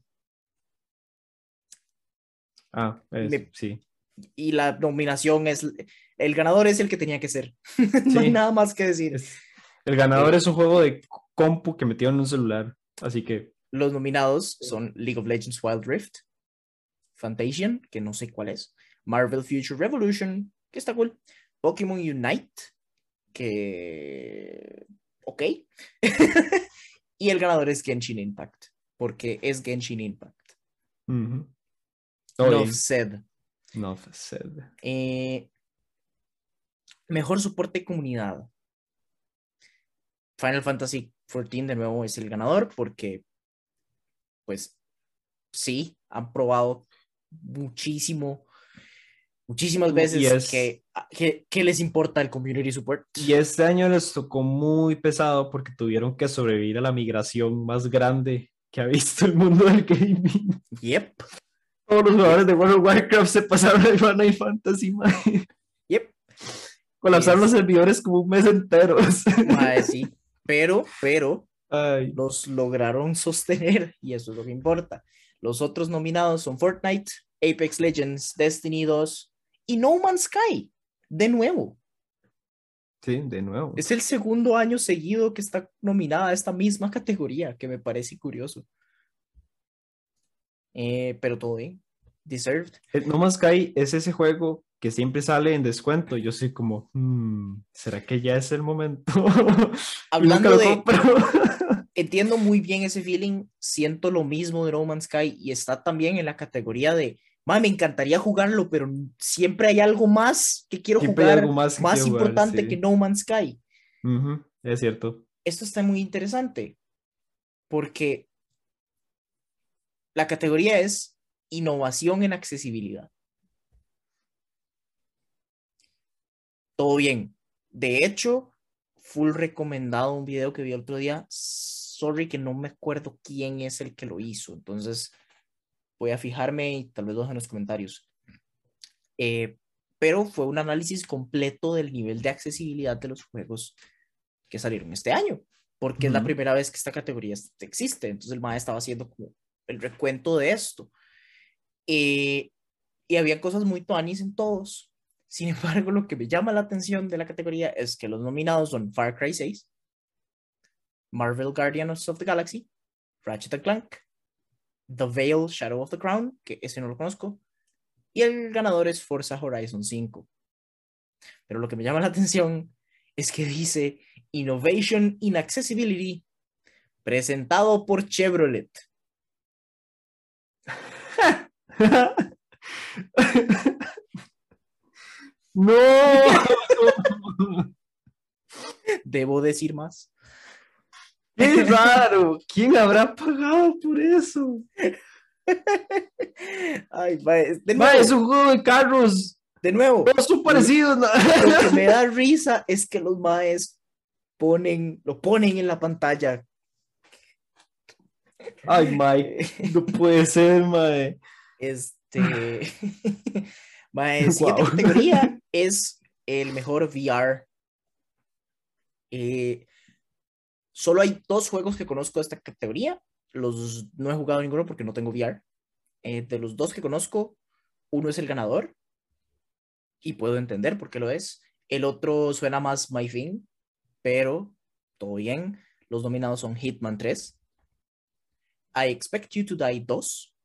Sí. Y la nominación es, el ganador es el que tenía que ser. No hay Sí. nada más que decir. El ganador es un juego de compu que metieron en un celular, así que... Los nominados son League of Legends Wild Rift, Fantasian, que no sé cuál es, Marvel Future Revolution, que está cool, Pokémon Unite, que... ok. Y el ganador es Genshin Impact, porque es Genshin Impact. Enough said. Enough said. Mejor soporte de comunidad. Final Fantasy XIV de nuevo es el ganador porque, pues, sí, han probado muchísimas veces que les importa el community support. Y este año les tocó muy pesado porque tuvieron que sobrevivir a la migración más grande que ha visto el mundo del gaming. Yep. Todos los jugadores de World of Warcraft se pasaron a Final Fantasy, man. Yep. Colapsaron los servidores como un mes entero. Sí, pero los lograron sostener y eso es lo que importa. Los otros nominados son Fortnite, Apex Legends, Destiny 2 y No Man's Sky, de nuevo. Sí, de nuevo. Es el segundo año seguido que está nominada a esta misma categoría, que me parece curioso. Pero todo bien. Deserved. No Man's Sky es ese juego que siempre sale en descuento. Yo soy como, ¿será que ya es el momento? Hablando de... Entiendo muy bien ese feeling. Siento lo mismo de No Man's Sky y está también en la categoría de, me encantaría jugarlo, pero siempre hay algo más que quiero siempre jugar, más importante jugar, sí, que No Man's Sky. Es cierto. Esto está muy interesante porque la categoría es innovación en accesibilidad. Todo bien. De hecho, full recomendado un video que vi el otro día. Sorry que no me acuerdo quién es el que lo hizo. Entonces voy a fijarme y tal vez lo dejo en los comentarios. Pero fue un análisis completo del nivel de accesibilidad de los juegos que salieron este año. Porque es la primera vez que esta categoría existe. Entonces el maestro estaba haciendo como el recuento de esto. Y había cosas muy tuanis en todos. Sin embargo, lo que me llama la atención de la categoría es que los nominados son Far Cry 6, Marvel Guardians of the Galaxy, Ratchet & Clank, The Veil Shadow of the Crown, que ese no lo conozco, y el ganador es Forza Horizon 5. Pero lo que me llama la atención es que dice Innovation in Accessibility, presentado por Chevrolet. ¡No! ¿Debo decir más? ¡Qué raro! ¿Quién habrá pagado por eso? Ay, de nuevo. Es un juego de carros. De nuevo. No son parecidos. Lo que me da risa es que los maes lo ponen en la pantalla. Ay, Mike, no puede ser, mae. Mae, siguiente categoría es el mejor VR. Solo hay 2 juegos que conozco de esta categoría. No he jugado ninguno porque no tengo VR. De los 2 que conozco, uno es el ganador. Y puedo entender por qué lo es. El otro suena más My Thing, pero todo bien. Los nominados son Hitman 3, I Expect You to Die 2,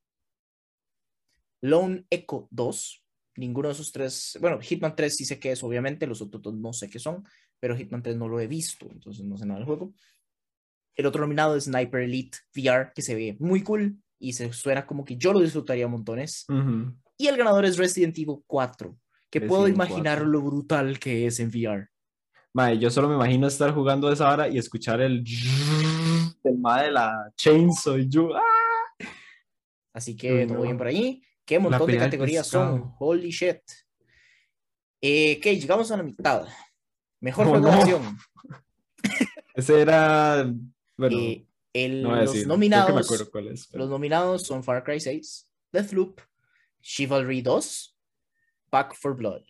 Lone Echo 2. Ninguno de esos 3, bueno, Hitman 3 sí sé qué es, obviamente, los otros 2 no sé qué son, pero Hitman 3 no lo he visto, entonces no sé nada del juego. El otro nominado es Sniper Elite VR, que se ve muy cool y se suena como que yo lo disfrutaría montones. Y el ganador es Resident Evil 4, que puedo imaginar lo brutal que es en VR. Mae, yo solo me imagino estar jugando esa hora y escuchar el mae de la chainsaw y yo Así Uy, que todo bien no. por ahí. ¿Qué La montón de pelea del categorías son? pescado. Holy shit. Ok, llegamos a la mitad. Mejor Oh, juego de no. acción. Ese era. Bueno, Eh, no voy a los decir. Creo que me acuerdo cuál es. los Pero... nominados son Far Cry 6, Deathloop, Chivalry 2, Back for Blood.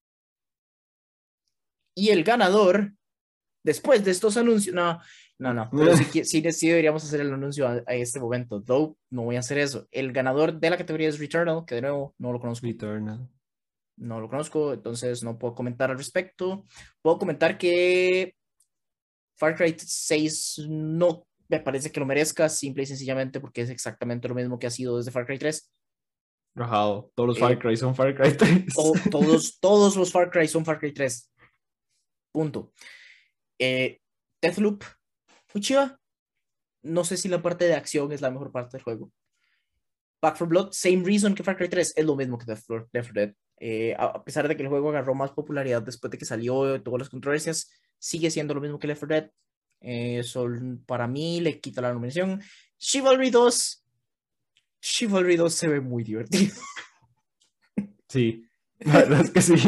Y el ganador, después de estos anuncios, no, pero sí, sí deberíamos hacer el anuncio a este momento. Though, no voy a hacer eso. El ganador de la categoría es Returnal, que de nuevo no lo conozco. Returnal. No lo conozco, entonces no puedo comentar al respecto. Puedo comentar que Far Cry 6 no me parece que lo merezca, simple y sencillamente porque es exactamente lo mismo que ha sido desde Far Cry 3. Rajado. Todos los Far Eh, Cry son Far Cry 3. todos los Far Cry son Far Cry 3. Punto. Eh, Deathloop, muy chiva. No sé si la parte de acción es la mejor parte del juego. Back 4 Blood, same reason que Far Cry 3, es lo mismo que Left 4 Dead. A pesar de que el juego agarró más popularidad después de que salió, todas las controversias, sigue siendo lo mismo que Left 4 Dead. Para mí le quita la nominación. Chivalry 2. Chivalry 2 se ve muy divertido. Sí, la verdad es que sí.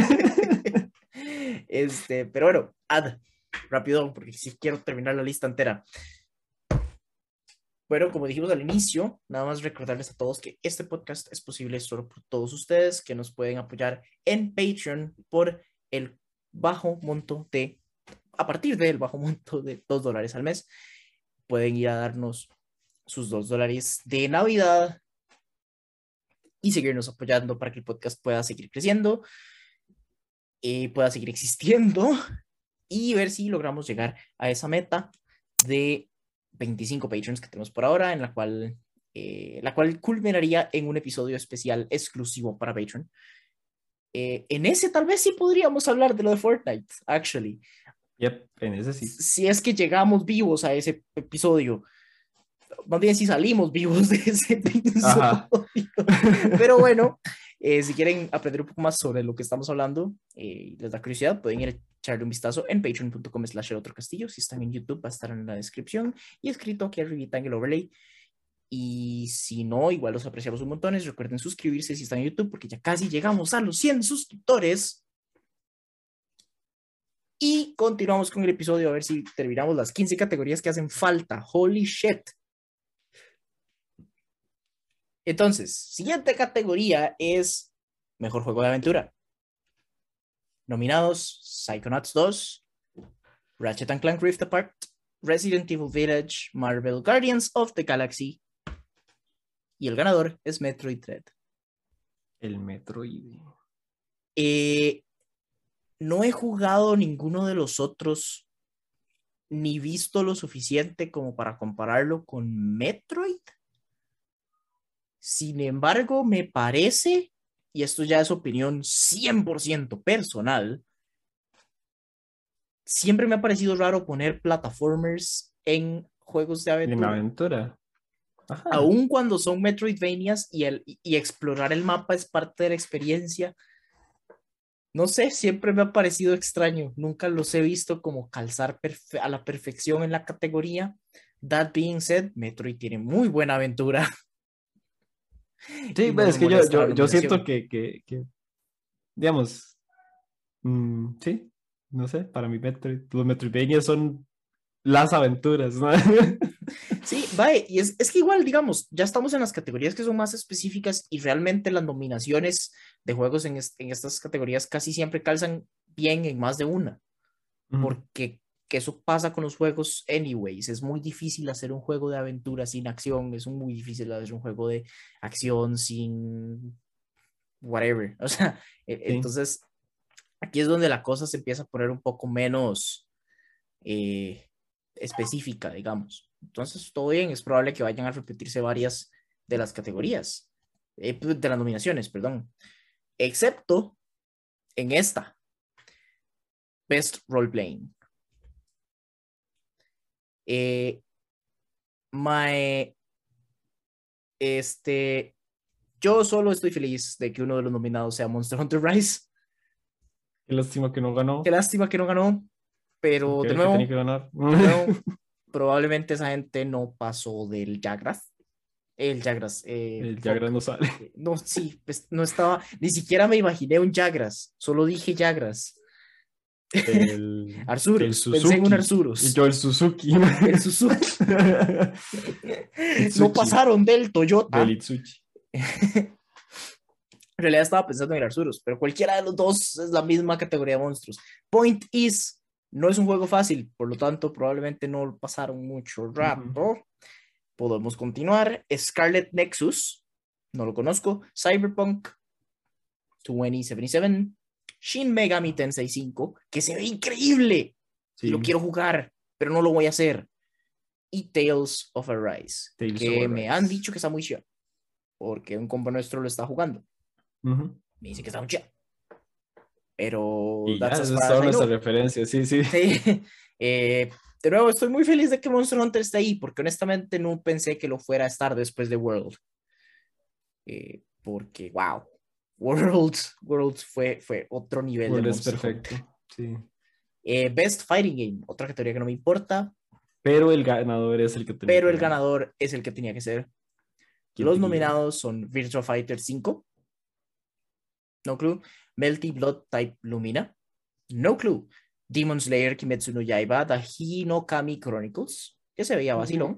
Pero bueno, rápido, porque si quiero terminar la lista entera. Bueno, como dijimos al inicio, nada más recordarles a todos que este podcast es posible solo por todos ustedes que nos pueden apoyar en Patreon por el bajo monto de, a partir del bajo monto de $2 al mes. Pueden ir a darnos sus $2 de Navidad y seguirnos apoyando para que el podcast pueda seguir creciendo, pueda seguir existiendo y ver si logramos llegar a esa meta de 25 patrons que tenemos por ahora, en la cual culminaría en un episodio especial exclusivo para Patreon. En ese tal vez sí podríamos hablar de lo de Fortnite, actually. Yep, en ese sí. Si es que llegamos vivos a ese episodio. Más bien si salimos vivos de ese episodio. Ajá. Pero bueno, si quieren aprender un poco más sobre lo que estamos hablando, les da curiosidad, pueden ir a echarle un vistazo en patreon.com/elotrocastillo. Si están en YouTube, va a estar en la descripción y escrito aquí arriba en el overlay. Y si no, igual los apreciamos un montón. Recuerden suscribirse si están en YouTube, porque ya casi llegamos a los 100 suscriptores. Y continuamos con el episodio a ver si terminamos las 15 categorías que hacen falta. Holy shit. Entonces, siguiente categoría es Mejor Juego de Aventura. Nominados: Psychonauts 2, Ratchet & Clank Rift Apart, Resident Evil Village, Marvel Guardians of the Galaxy. Y el ganador es Metroid Dread. El Metroid. No he jugado ninguno de los otros, ni visto lo suficiente como para compararlo con Metroid. Sin embargo, me parece, y esto ya es opinión 100% personal, siempre me ha parecido raro poner plataformers en juegos de En aventura. aventura. Ajá. Aun cuando son Metroidvanias y explorar el mapa es parte de la experiencia. No sé, siempre me ha parecido extraño. Nunca los he visto como calzar a la perfección en la categoría. That being said, Metroid tiene muy buena aventura. Sí, Y no me es que molesta la yo siento nominación. digamos, sí, no sé, para mí los Metroidvania son las aventuras, ¿no? Sí, vaya, y es que igual, digamos, ya estamos en las categorías que son más específicas y realmente las nominaciones de juegos en estas categorías casi siempre calzan bien en más de una, porque que eso pasa con los juegos anyways. Es muy difícil hacer un juego de aventura sin acción, es muy difícil hacer un juego de acción sin whatever. O sea, Sí, entonces aquí es donde la cosa se empieza a poner un poco menos eh, específica, digamos. Entonces, todo bien, es probable que vayan a repetirse varias de las categorías, de las nominaciones, perdón, excepto en esta, Best Role Playing. My, este, yo solo estoy feliz de que uno de los nominados sea Monster Hunter Rise. qué lástima que no ganó, Qué lástima que no ganó, pero porque era el que tenía que ganar. de nuevo, probablemente esa gente no pasó del Jagrath. El Jagras. El Jagras Fuck. no sale. No, sí, pues, no estaba, ni siquiera me imaginé un Jagras, solo dije Jagras. El Arzuros, pensé en un Suzuki. Y Arzuros. yo el Suzuki. El Suzuki. No Itsuchi. pasaron del Del Toyota. Itsuchi. En realidad estaba pensando en el Arzuros, pero cualquiera de los dos es la misma categoría de monstruos. Point is, no es un juego fácil, por lo tanto, probablemente no pasaron mucho Ujú. rato. Podemos continuar. Scarlet Nexus, no lo conozco. Cyberpunk 2077. Shin Megami Tensei 5, que se ve increíble y lo Sí, quiero jugar, pero no lo voy a hacer. Y Tales of Arise, Tales of que me han Arise. dicho que está muy chido, porque un compa nuestro lo está jugando. Ujú. Me dice que está muy chido, pero Y that's ya, as esa es far as toda I nuestra know. referencia. Sí, sí. Sí. De nuevo, estoy muy feliz de que Monster Hunter esté ahí, porque honestamente no pensé que lo fuera a estar después de World. Porque, wow, World fue otro nivel de World es Monster Hunter. perfecto. Sí. Best Fighting Game, otra categoría que no me importa, Pero el ganador es el que tenía pero que el ganar. ganador es el que tenía que ser. Los Guilty Gear. nominados son Virtua Fighter 5, No Clue, Melty Blood Type Lumina, No Clue, Demon Slayer Kimetsu no Yaiba, The Hinokami Chronicles, que se veía Ujú. vacilón,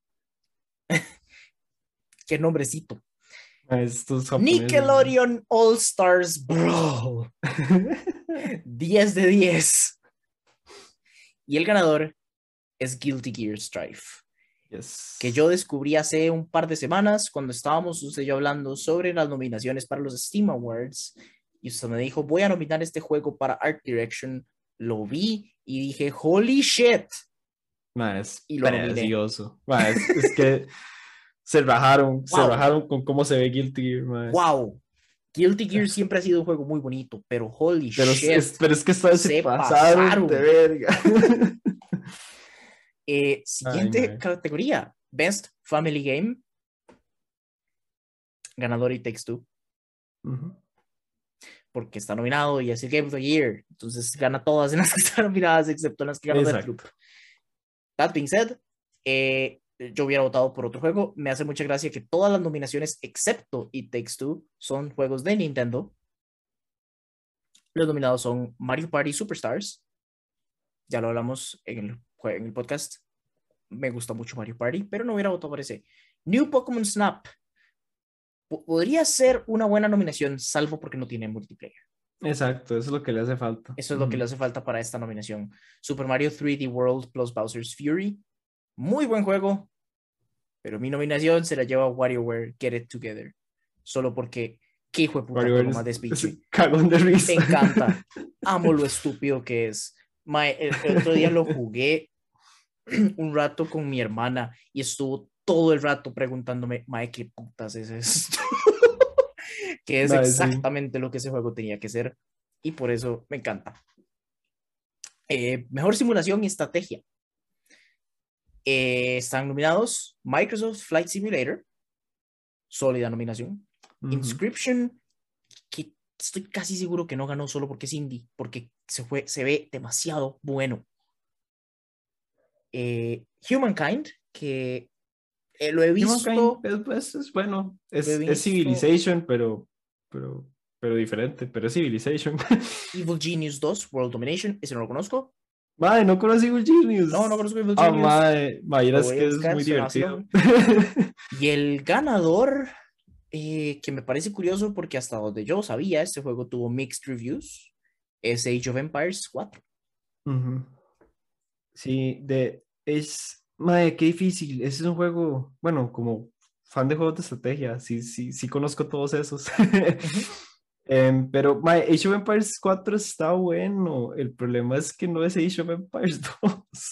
qué nombrecito. A estos japoneses, ¿no? Nickelodeon All Stars Brawl, 10 de 10. Y el ganador es Guilty Gear Strive, que Yes. yo descubrí hace un par de semanas cuando estábamos usted y yo hablando sobre las nominaciones para los Steam Awards. Y usted me dijo, voy a nominar este juego para Art Direction. Lo vi y dije, holy shit. Ma, es Y lo nominé. precioso. Ma, es que se Wow, rajaron con cómo se ve Guilty Gear, ma. wow. Guilty Gear siempre ha sido un juego muy bonito, pero holy shit, Pero es que esta vez se se pasaron de pasaron. verga. Ay, Siguiente ma. categoría, Best Family Game, ganador y Takes Two, Ujú. porque está nominado y es el Game of the Year. Entonces gana todas en las que están nominadas, excepto en las que ganó Deathloop. Exacto. That being said, yo hubiera votado por otro juego. Me hace mucha gracia que todas las nominaciones, excepto It Takes Two, son juegos de Nintendo. Los nominados son Mario Party Superstars. Ya lo hablamos en el podcast. Me gusta mucho Mario Party, pero no hubiera votado por ese. New Pokémon Snap. Podría ser una buena nominación, salvo porque no tiene multiplayer. Exacto, eso es lo que le hace falta. Eso es lo que le Ujú. hace falta para esta nominación. Super Mario 3D World plus Bowser's Fury. Muy buen juego, pero mi nominación se la lleva WarioWare Get It Together. Solo porque, qué hijo de puta WarioWare juego más es despiche. cagón de Me risa. encanta. Amo lo estúpido que es. El otro día lo jugué un rato con mi hermana y estuvo todo el rato preguntándome, mae, ¿qué putas es esto? Que es Mae, sí. exactamente lo que ese juego tenía que ser y por eso me encanta. Mejor simulación y estrategia. Están nominados Microsoft Flight Simulator, sólida nominación. Ujú. Inscription, que estoy casi seguro que no ganó solo porque es indie, porque se ve demasiado bueno. Humankind, que lo he Humankind visto, es bueno. lo he Es visto. Civilization, pero, pero diferente. Pero es Civilization. Evil Genius 2, World Domination, ese no lo conozco. Mae, no conocí Evil No, no Genius. conozco Evil Ah, Genius. mae, Lo es voy a que es buscar, muy suena divertido. vacilón. Y el ganador, que me parece curioso porque hasta donde yo sabía, este juego tuvo mixed reviews, es Age of Empires 4. Ujú. Sí, mae, qué difícil. Ese es un juego, bueno, como fan de juegos de estrategia, sí, sí, sí conozco todos esos. Ujú. Pero mae, Age of Empires 4 está bueno. El problema es que no es Age of Empires 2.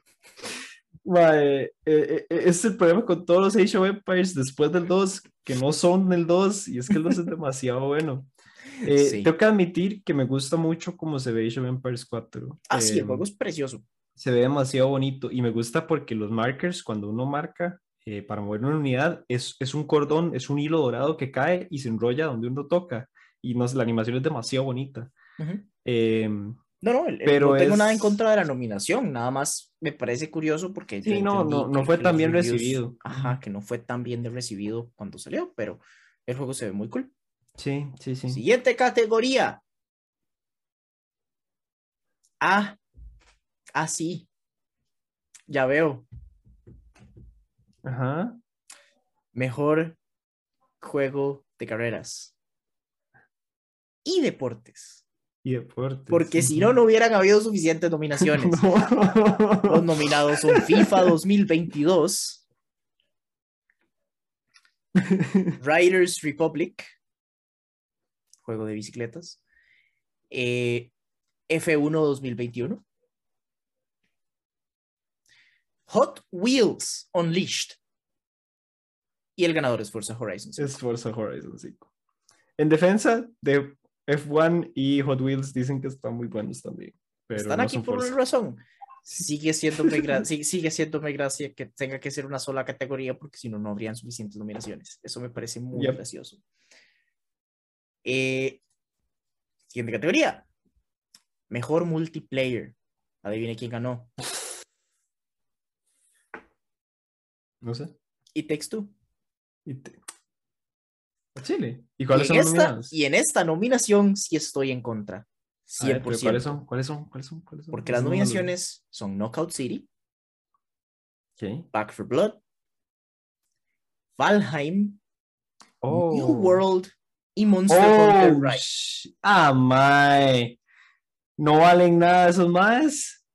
Mae, es el problema con todos los Age of Empires después del 2 que no son el 2 y es que el 2 es demasiado bueno. Sí. Tengo que admitir que me gusta mucho cómo se ve Age of Empires 4. Ah, sí, el juego es precioso. Se ve demasiado bonito y me gusta porque los markers, cuando uno marca para mover una unidad, es un cordón, es un hilo dorado que cae y se enrolla donde uno toca y no, sé, la animación es demasiado bonita. Ujú. Eh, No, pero no tengo nada en es... contra de la nominación, nada más me parece curioso porque yo Sí, no, entendí no fue que tan los bien reviews, recibido. ajá, que no fue tan bien recibido cuando salió, pero el juego se ve muy cool. Sí, sí, sí. Siguiente categoría. Ah, sí, ya veo. Ajá. Mejor juego de carreras y deportes. Y deportes. Porque si no, no hubieran habido suficientes nominaciones. Los No. nominados son FIFA 2022, Riders Republic, juego de bicicletas, F1 2021, Hot Wheels Unleashed y el ganador es Forza Horizon Es 5. Forza Horizon 5. En defensa de F1 y Hot Wheels dicen que están muy buenos también, pero Están no aquí son por una Forza. razón. Sí. Sigue siéndome gracia que tenga que ser una sola categoría porque si no, no habrían suficientes nominaciones. Eso me parece muy Yep. gracioso. Eh, Siguiente categoría. Mejor multiplayer. Adivine quién ganó. No sé. It Takes Two. Y te- Chile. ¿Y cuáles son los nominados? Y en esta nominación sí estoy en contra. A ver, pero ¿cuáles 100%. son? ¿Cuáles son? ¿Cuáles son? ¿Cuáles son? Porque las Eso no me lo... nominaciones son Knockout City, Ok. Back for Blood, Valheim, New Oh. World y Monster Hunter Oh. Rise. Mae. No valen nada esos más.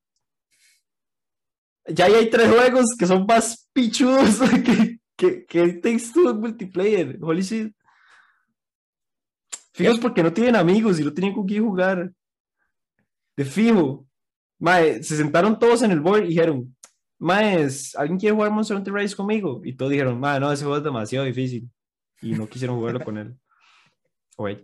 Ya ahí hay tres juegos que son más pichudos que It Takes Two en multiplayer. Holy shit. Fijos Yep. porque no tienen amigos y no tienen con quién jugar. De fijo. Mae, se sentaron todos en el board y dijeron, mae, ¿alguien quiere jugar Monster Hunter Rise conmigo? Y todos dijeron, mae, no, ese juego es demasiado difícil. Y no quisieron jugarlo con él. Oye.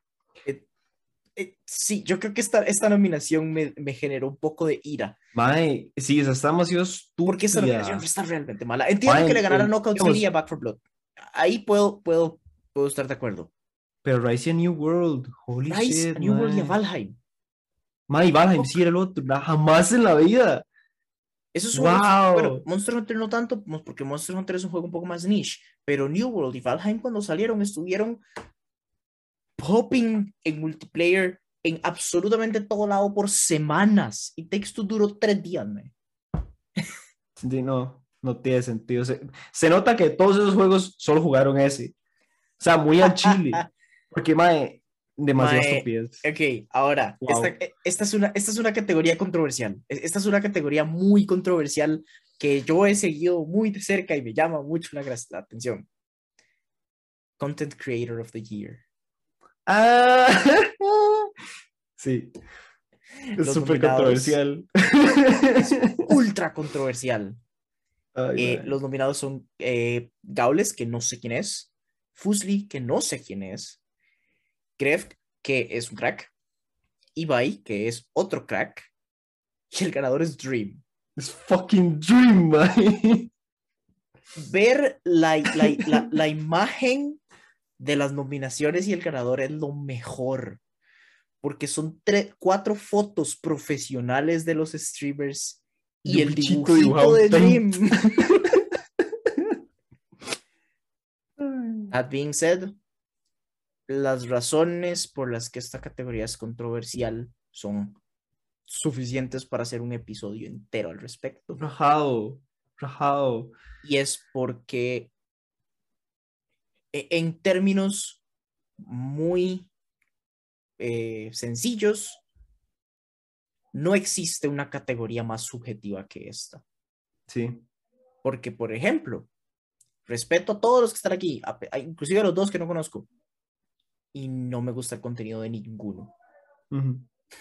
Sí, yo creo que esta nominación me generó un poco de ira. Mae, sí, esa está demasiado Porque esta nominación estúpida. está realmente mala. Entiendo que le Mae, ganara Knockout City y a digamos, Back for Blood. Ahí puedo estar de acuerdo. pero Rise a New World, holy Rise, shit, a New World y a mae. Valheim. Mae, Valheim sí Fuck. era el otro, jamás en la vida. Bueno, Wow. Monster Hunter no tanto, porque Monster Hunter es un juego un poco más niche, pero New World y Valheim cuando salieron estuvieron popping en multiplayer en absolutamente todo lado por semanas. Y Takes Two duró 3 días, man. Sí, no, no tiene sentido. Se nota que todos esos juegos solo jugaron ese. O sea, muy al chile. Porque, mae, demasiado Mae, estupidez. ok, ahora, Wow. esta es una categoría controversial. Esta es una categoría muy controversial que yo he seguido muy de cerca y me llama mucho la atención. Content Creator of the Year. Ah, sí, es Los súper nominados controversial. es ultra controversial. Ay, mae. Los nominados son Gaules, que no sé quién es, Fusli, que no sé quién es, Gref, que es un crack, Ibai, que es otro crack, y el ganador es Dream. Es fucking dream, mae. Ver la imagen de las nominaciones y el ganador es lo mejor, porque son 4 fotos profesionales de los streamers Y y un el bichito dibujito dibujado en de Paint. Dream. That being said, las razones por las que esta categoría es controversial son suficientes para hacer un episodio entero al respecto. Rajado, rajado. Y es porque en términos muy sencillos, no existe una categoría más subjetiva que esta. Sí. Porque, por ejemplo, respeto a todos los que están aquí, inclusive a los dos que no conozco, y no me gusta el contenido de ninguno. Uh-huh.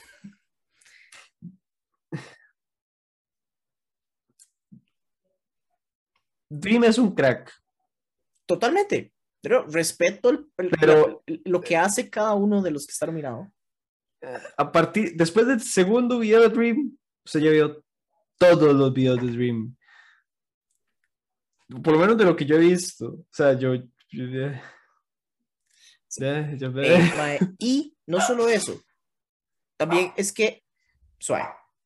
Dream es un crack. Totalmente. Pero respeto Pero lo que hace cada uno de los que está nominado. después del segundo video de Dream, usted ya vio todos los videos de Dream. Por lo menos de lo que yo he visto. O sea, Sí. ya. Y no solo eso, también es que, suave,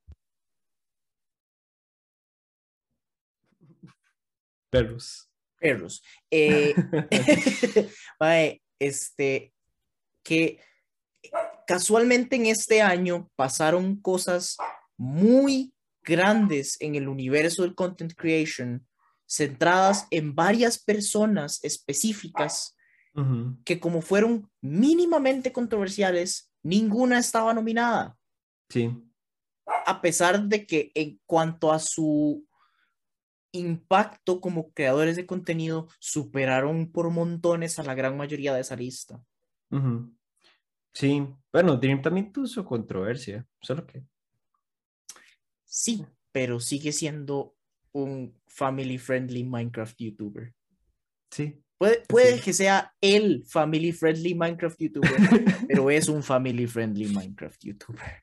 Perros. perros. Mae, que casualmente en este año pasaron cosas muy grandes en el universo del content creation, centradas en varias personas específicas Ujú. que como fueron mínimamente controversiales, ninguna estaba nominada, Sí. a pesar de que en cuanto a su impacto como creadores de contenido, superaron por montones a la gran mayoría de esa lista. Ujú. Sí. Bueno, Dream también tuvo su controversia. Solo que. Sí, pero sigue siendo un family friendly Minecraft YouTuber. Sí. Puede Sí. que sea el family friendly Minecraft YouTuber, pero es un family friendly Minecraft YouTuber.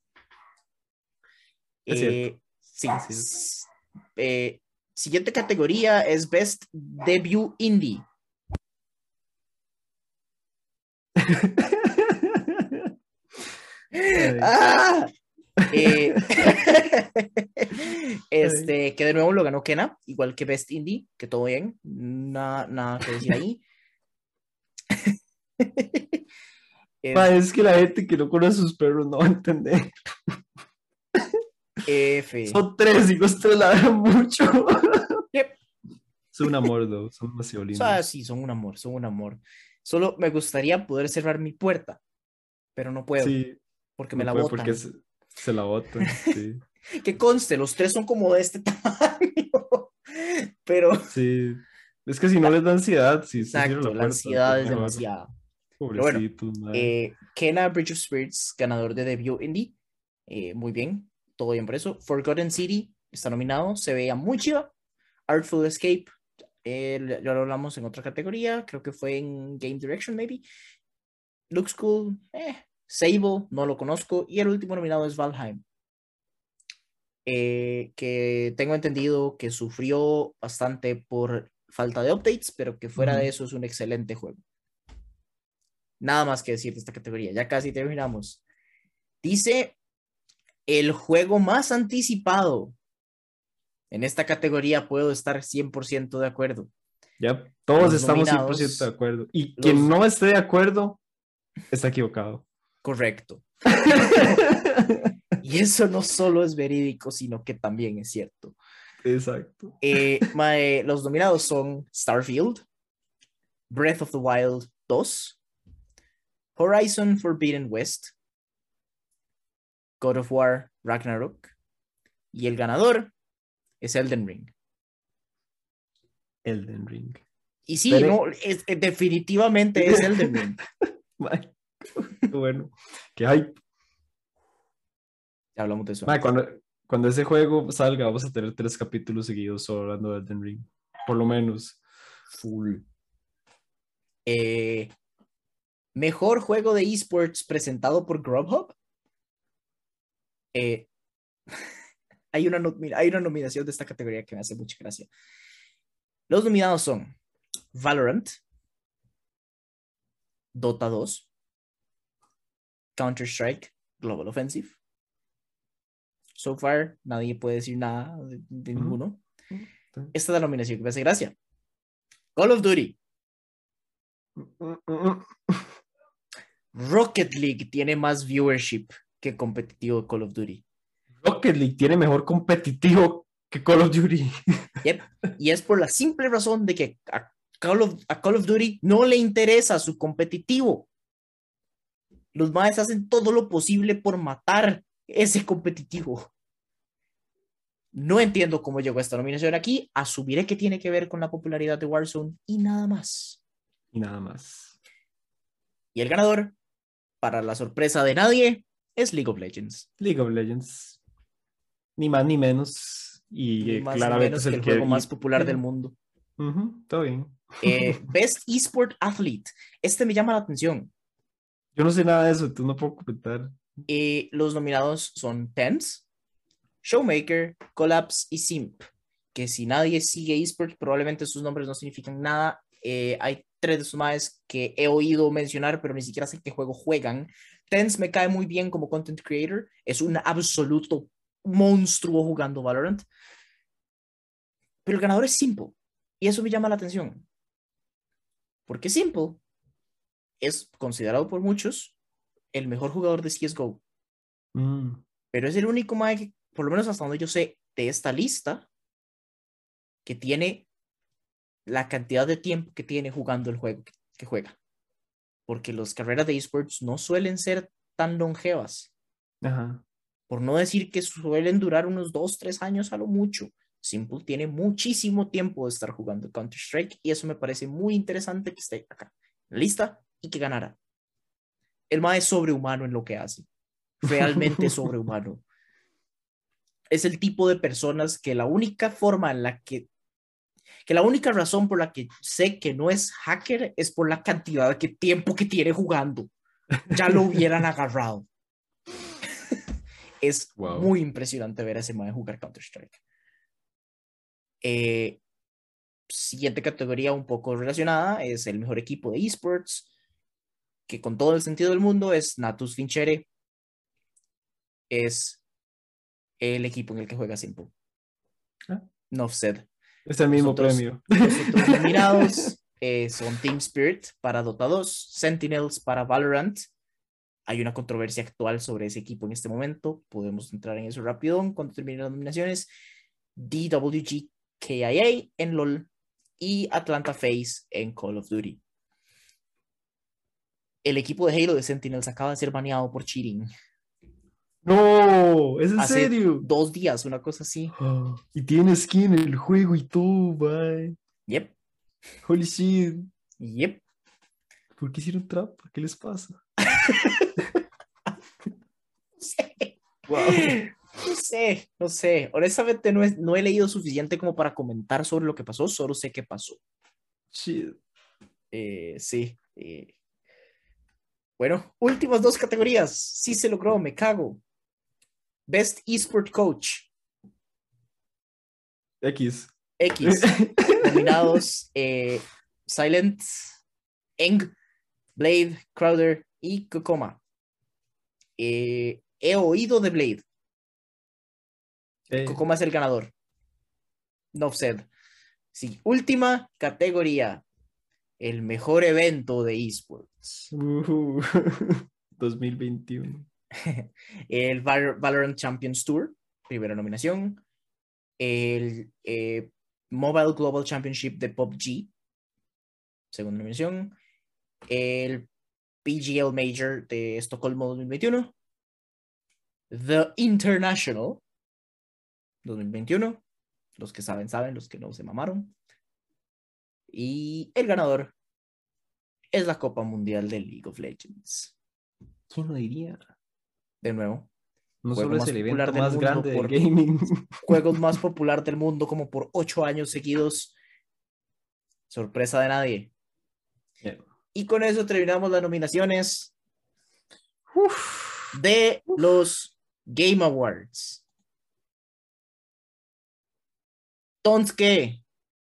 Es cierto. Sí. Es cierto. Eh, Siguiente categoría es Best Debut Indie. Ay, ¡Ah! Eh, ay. que de nuevo lo ganó Kena, igual que Best Indie, que todo bien, nada que decir ahí. Ma, Es es que la gente que no conoce a sus perros no va a entender. F. Son tres y los tres ladran mucho. Yep. Son un amor, though. Son demasiado O sea, lindos. sí, son un amor, son un amor. Solo me gustaría poder cerrar mi puerta, pero no puedo, Sí, porque me no la puede porque botan. se la botan. Sí, Que conste, los tres son como de este tamaño, pero sí. Es que si no les da ansiedad, si usted cierra exacto, la la puerta, ansiedad es es mejor. demasiada. Pero bueno, Pobrecitos, madre. Kena Bridge of Spirits, ganador de Debut Indie. Muy bien, todo bien por eso. Forgotten City está nominado, se veía muy chiva. Artful Escape, ya lo hablamos en otra categoría, creo que fue en Game Direction, maybe. Looks cool, Sable, no lo conozco. Y el último nominado es Valheim, que tengo entendido que sufrió bastante por falta de updates, pero que fuera de Ujú. eso es un excelente juego. Nada más que decir de esta categoría, ya casi terminamos. Dice el juego más anticipado. En esta categoría puedo estar 100% de acuerdo. Ya, todos Los estamos 100% de nominados, acuerdo. Y quien los... no esté de acuerdo, está equivocado. Correcto. Y eso no solo es verídico, sino que también es cierto. Exacto. Los nominados son Starfield, Breath of the Wild 2, Horizon Forbidden West, God of War Ragnarok, y el ganador es Elden Ring. Elden Ring. Y sí, Espere. no, definitivamente es Elden Ring. Mae, qué bueno. Que hay. Ya hablamos de eso Mae, antes. cuando ese juego salga, vamos a tener 3 capítulos seguidos solo hablando de Elden Ring. Por lo menos. Full. Eh, Mejor juego de esports presentado por Grubhub. Eh, hay una nominación de esta categoría que me hace mucha gracia. Los nominados son Valorant, Dota 2, Counter-Strike, Global Offensive. So far, nadie puede decir nada de Ujú. ninguno. Esta es la nominación que me hace gracia. Call of Duty. Rocket League tiene más viewership que competitivo Call of Duty. Rocket League tiene mejor competitivo que Call of Duty. Yep. Y es por la simple razón de que a Call of Duty no le interesa su competitivo. Los maes hacen todo lo posible por matar ese competitivo. No entiendo cómo llegó esta nominación aquí. Asumiré que tiene que ver con la popularidad de Warzone y nada más. Y nada más. Y el ganador, para la sorpresa de nadie, es League of Legends. League of Legends. Ni más ni menos. Y Ni más ni claramente menos es que el el que. juego más popular del mundo. Todo bien. Best Esport Athlete. Este me llama la atención. Yo no sé nada de eso, tú no puedo comentar. Los nominados son TENS, Showmaker, Collapse y Simp. Que si nadie sigue esports, probablemente sus nombres no significan nada. Hay tres de sus maes que he oído mencionar, pero ni siquiera sé qué juego juegan. Tense me cae muy bien como content creator. Es un absoluto monstruo jugando Valorant. Pero el ganador es Simple. Y eso me llama la atención. Porque Simple es considerado por muchos el mejor jugador de CSGO. Pero es el único mae que, por lo menos hasta donde yo sé, de esta lista, que tiene la cantidad de tiempo que tiene jugando el juego que juega. Porque las carreras de esports no suelen ser tan longevas. Ajá. Por no decir que suelen durar unos 2-3 años a lo mucho. Simple tiene muchísimo tiempo de estar jugando Counter-Strike y eso me parece muy interesante que esté acá en la lista y que ganara. El mae es sobrehumano en lo que hace. Realmente sobrehumano. Es el tipo de personas que la única forma en la que la única razón por la que sé que no es hacker es por la cantidad de tiempo que tiene jugando. Ya lo hubieran agarrado. Es muy impresionante ver a ese mae jugar Counter-Strike. Siguiente categoría un poco relacionada es el mejor equipo de esports, que con todo el sentido del mundo es Natus Vincere. Es el equipo en el que juega Simple. No said. Es el mismo premio. Los otros nominados son Team Spirit para Dota 2, Sentinels para Valorant. Hay una controversia actual sobre ese equipo en este momento. Podemos entrar en eso rápido cuando terminen las nominaciones. DWG KIA en LoL y Atlanta FaZe en Call of Duty. El equipo de Halo de Sentinels acaba de ser baneado por cheating. No, ¿es en Hace serio? 2 días, una cosa así. Y tiene skin en el juego y todo, bye. Yep. Holy shit. Yep. ¿Por qué hicieron trampa? ¿Qué les pasa? Sí. Wow. No sé. Honestamente no he leído suficiente como para comentar sobre lo que pasó, solo sé qué pasó. Shit. Sí. Bueno, últimas 2 categorías. Sí se logró, me cago. Best Esport Coach. X. Nominados Silent, Eng, Blade, Crowder y Kokoma. He oído de Blade. Kokoma es el ganador. No said. Sí, última categoría. El mejor evento de esports. 2021. El Valorant Champions Tour, primera nominación. El Mobile Global Championship de PUBG, segunda nominación. El PGL Major de Estocolmo 2021. The International 2021. Los que saben, saben, los que no se mamaron. Y el ganador es la Copa Mundial de League of Legends. ¿Quién lo diría? De nuevo. No solo es el evento más grande del por gaming. Juegos más popular del mundo como por 8 años seguidos. Sorpresa de nadie. Yeah. Y con eso terminamos las nominaciones de los Game Awards. Entonces, ¿qué?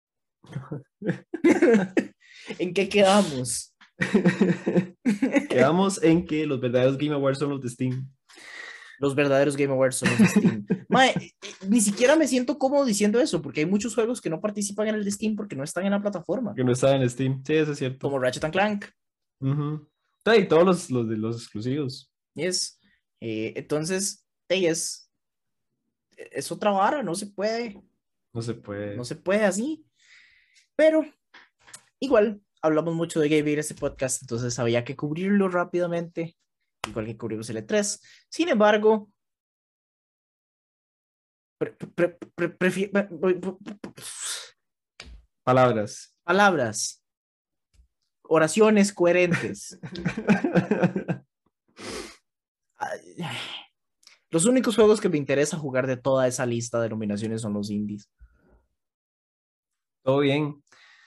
¿En qué quedamos? Quedamos en que los verdaderos Game Awards son los de Steam. Los verdaderos Game Awards son los de Steam. Mae, ni siquiera me siento cómodo diciendo eso, porque hay muchos juegos que no participan en el de Steam porque no están en la plataforma. Que no están en Steam. Sí, eso es cierto. Como Ratchet Clank. Y todos los de los exclusivos. Yes. Entonces, es otra vara, no se puede. No se puede. No se puede así. Pero igual, hablamos mucho de Game en este podcast, entonces había que cubrirlo rápidamente, igual que cubrimos el E3. Sin embargo, palabras, oraciones coherentes. Los únicos juegos que me interesa jugar de toda esa lista de nominaciones son los indies. Todo bien.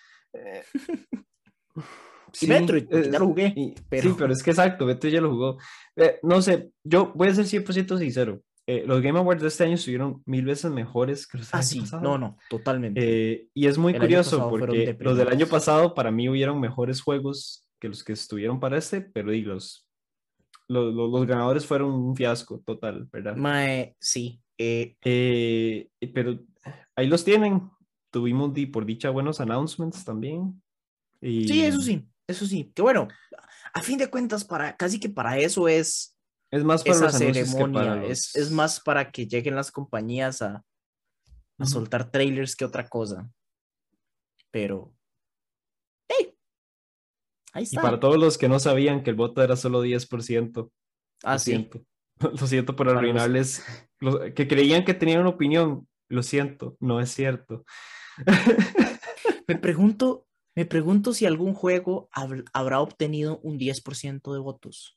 Y Metroid, porque ya lo jugué. Pero... Sí, pero es que exacto, Metroid ya lo jugó. No sé, yo voy a ser 100% sincero. Los Game Awards de este año estuvieron 1000 veces mejores que los del año pasado. No, totalmente. Y es muy curioso porque los del año pasado para mí hubieron mejores juegos que los que estuvieron para este, pero los ganadores fueron un fiasco total, ¿verdad? Mae, sí. Pero ahí los tienen. Tuvimos por dicha buenos announcements también. Sí, Y eso sí. Que bueno, a fin de cuentas, casi que para eso es es más para esa los anuncios que para ceremonia. Es los... más para que lleguen las compañías a Ujú. soltar trailers que otra cosa. Pero, hey, ahí Y para está. todos los que no sabían que el voto era solo 10%, Ah, lo sí. siento. Lo siento por Para los arruinarles. Los que creían que tenían una opinión, lo siento, no es cierto. Me pregunto, me pregunto si algún juego habrá obtenido un 10% de votos.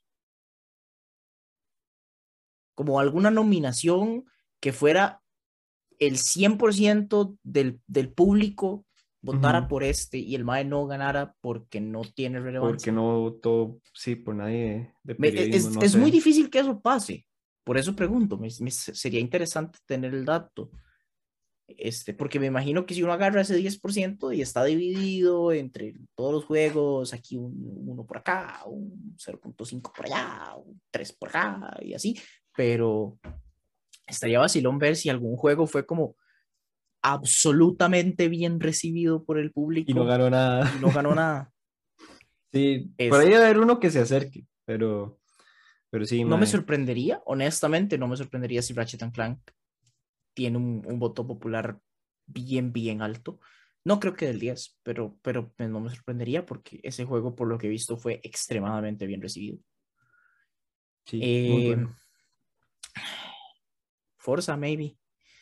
Como alguna nominación que fuera el 100% del público votara Ujú. por este y el MAE no ganara porque no tiene Porque relevancia. no votó, sí, por nadie de periodismo, no Es muy sé. difícil que eso pase. Por eso pregunto, sería interesante tener el dato. Porque me imagino que si uno agarra ese 10% y está dividido entre todos los juegos, aquí uno por acá, un 0.5 por allá, un 3 por acá y así, pero estaría vacilón ver si algún juego fue como absolutamente bien recibido por el Y no público ganó nada. y no ganó nada. Sí, por ahí Es, debe haber uno que se acerque, pero sí, no me mae. sorprendería, honestamente, no me sorprendería si Ratchet Clank tiene un voto popular bien alto. No creo que del 10, pero pues, no me sorprendería porque ese juego, por lo que he visto, fue extremadamente bien recibido. Sí, muy Eh, bueno. Forza, maybe.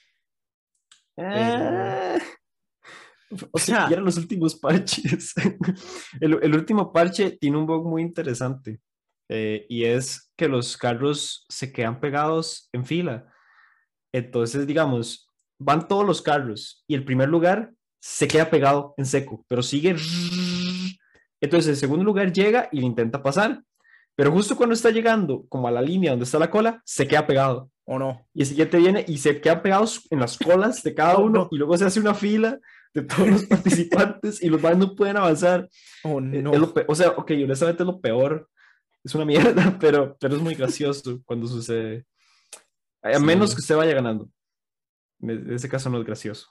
Pero, Ah, o sea, vieron los últimos parches. El último parche tiene un bug muy interesante y es que los carros se quedan pegados en fila. Entonces, digamos, van todos los carros y el primer lugar se queda pegado en seco, pero sigue. Entonces, el segundo lugar llega y le intenta pasar, pero justo cuando está llegando, como a la línea donde está la cola, se queda pegado. o no. Y el siguiente viene y se quedan pegados en las colas de cada Oh, uno no. y luego se hace una fila de todos los participantes y los más no pueden avanzar. Oh, Es no. o sea, ok, honestamente es lo peor, es una mierda, pero es muy gracioso cuando sucede. A menos que Sí, usted vaya ganando. En ese caso no es gracioso.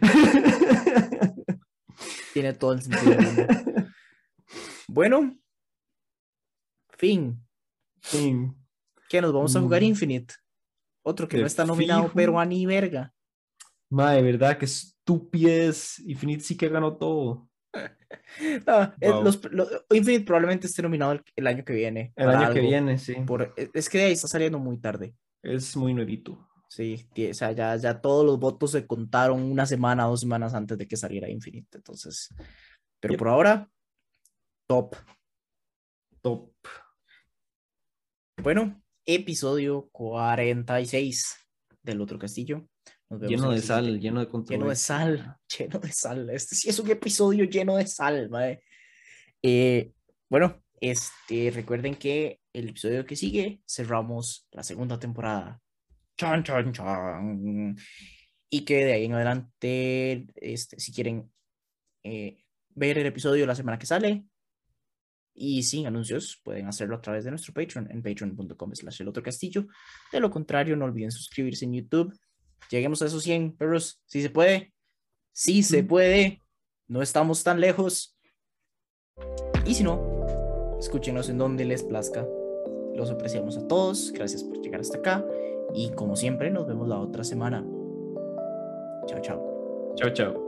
tiene todo el sentido del mundo. Bueno, fin. Fin. ¿Qué nos vamos a jugar Mm, Infinite? Otro que no de está nominado, fijo. pero a ni verga. Madre, verdad, que estupidez. Infinite sí que ganó todo. Ah, Wow. Infinite probablemente esté nominado el año que viene El para año que algo. viene, sí. Es que de ahí está saliendo muy tarde. Es muy nuevito. Sí, o sea, ya todos los votos se contaron una semana, 2 semanas antes de que saliera Infinite. Entonces, pero por Yep. ahora, top. Top. Bueno, episodio 46 del otro castillo. Nos vemos en Lleno el de sal, siguiente. lleno de Lleno de controversia. sal, lleno de sal. Este sí es un episodio lleno de sal, mae. Bueno, recuerden que el episodio que sigue cerramos la segunda temporada. Chan, chan, chan. Y que de ahí en adelante, si quieren eh, ver el episodio la semana que sale y sin anuncios, pueden hacerlo a través de nuestro Patreon en patreon.com/el otro castillo. De lo contrario, no olviden suscribirse en YouTube. Lleguemos a esos 100 perros, si se puede. Sí se Mm. puede. No estamos tan lejos. Y si no, escúchenos en donde les plazca. Los apreciamos a todos. Gracias por llegar hasta acá. Y como siempre, nos vemos la otra semana. Chao, chao. Chao, chao.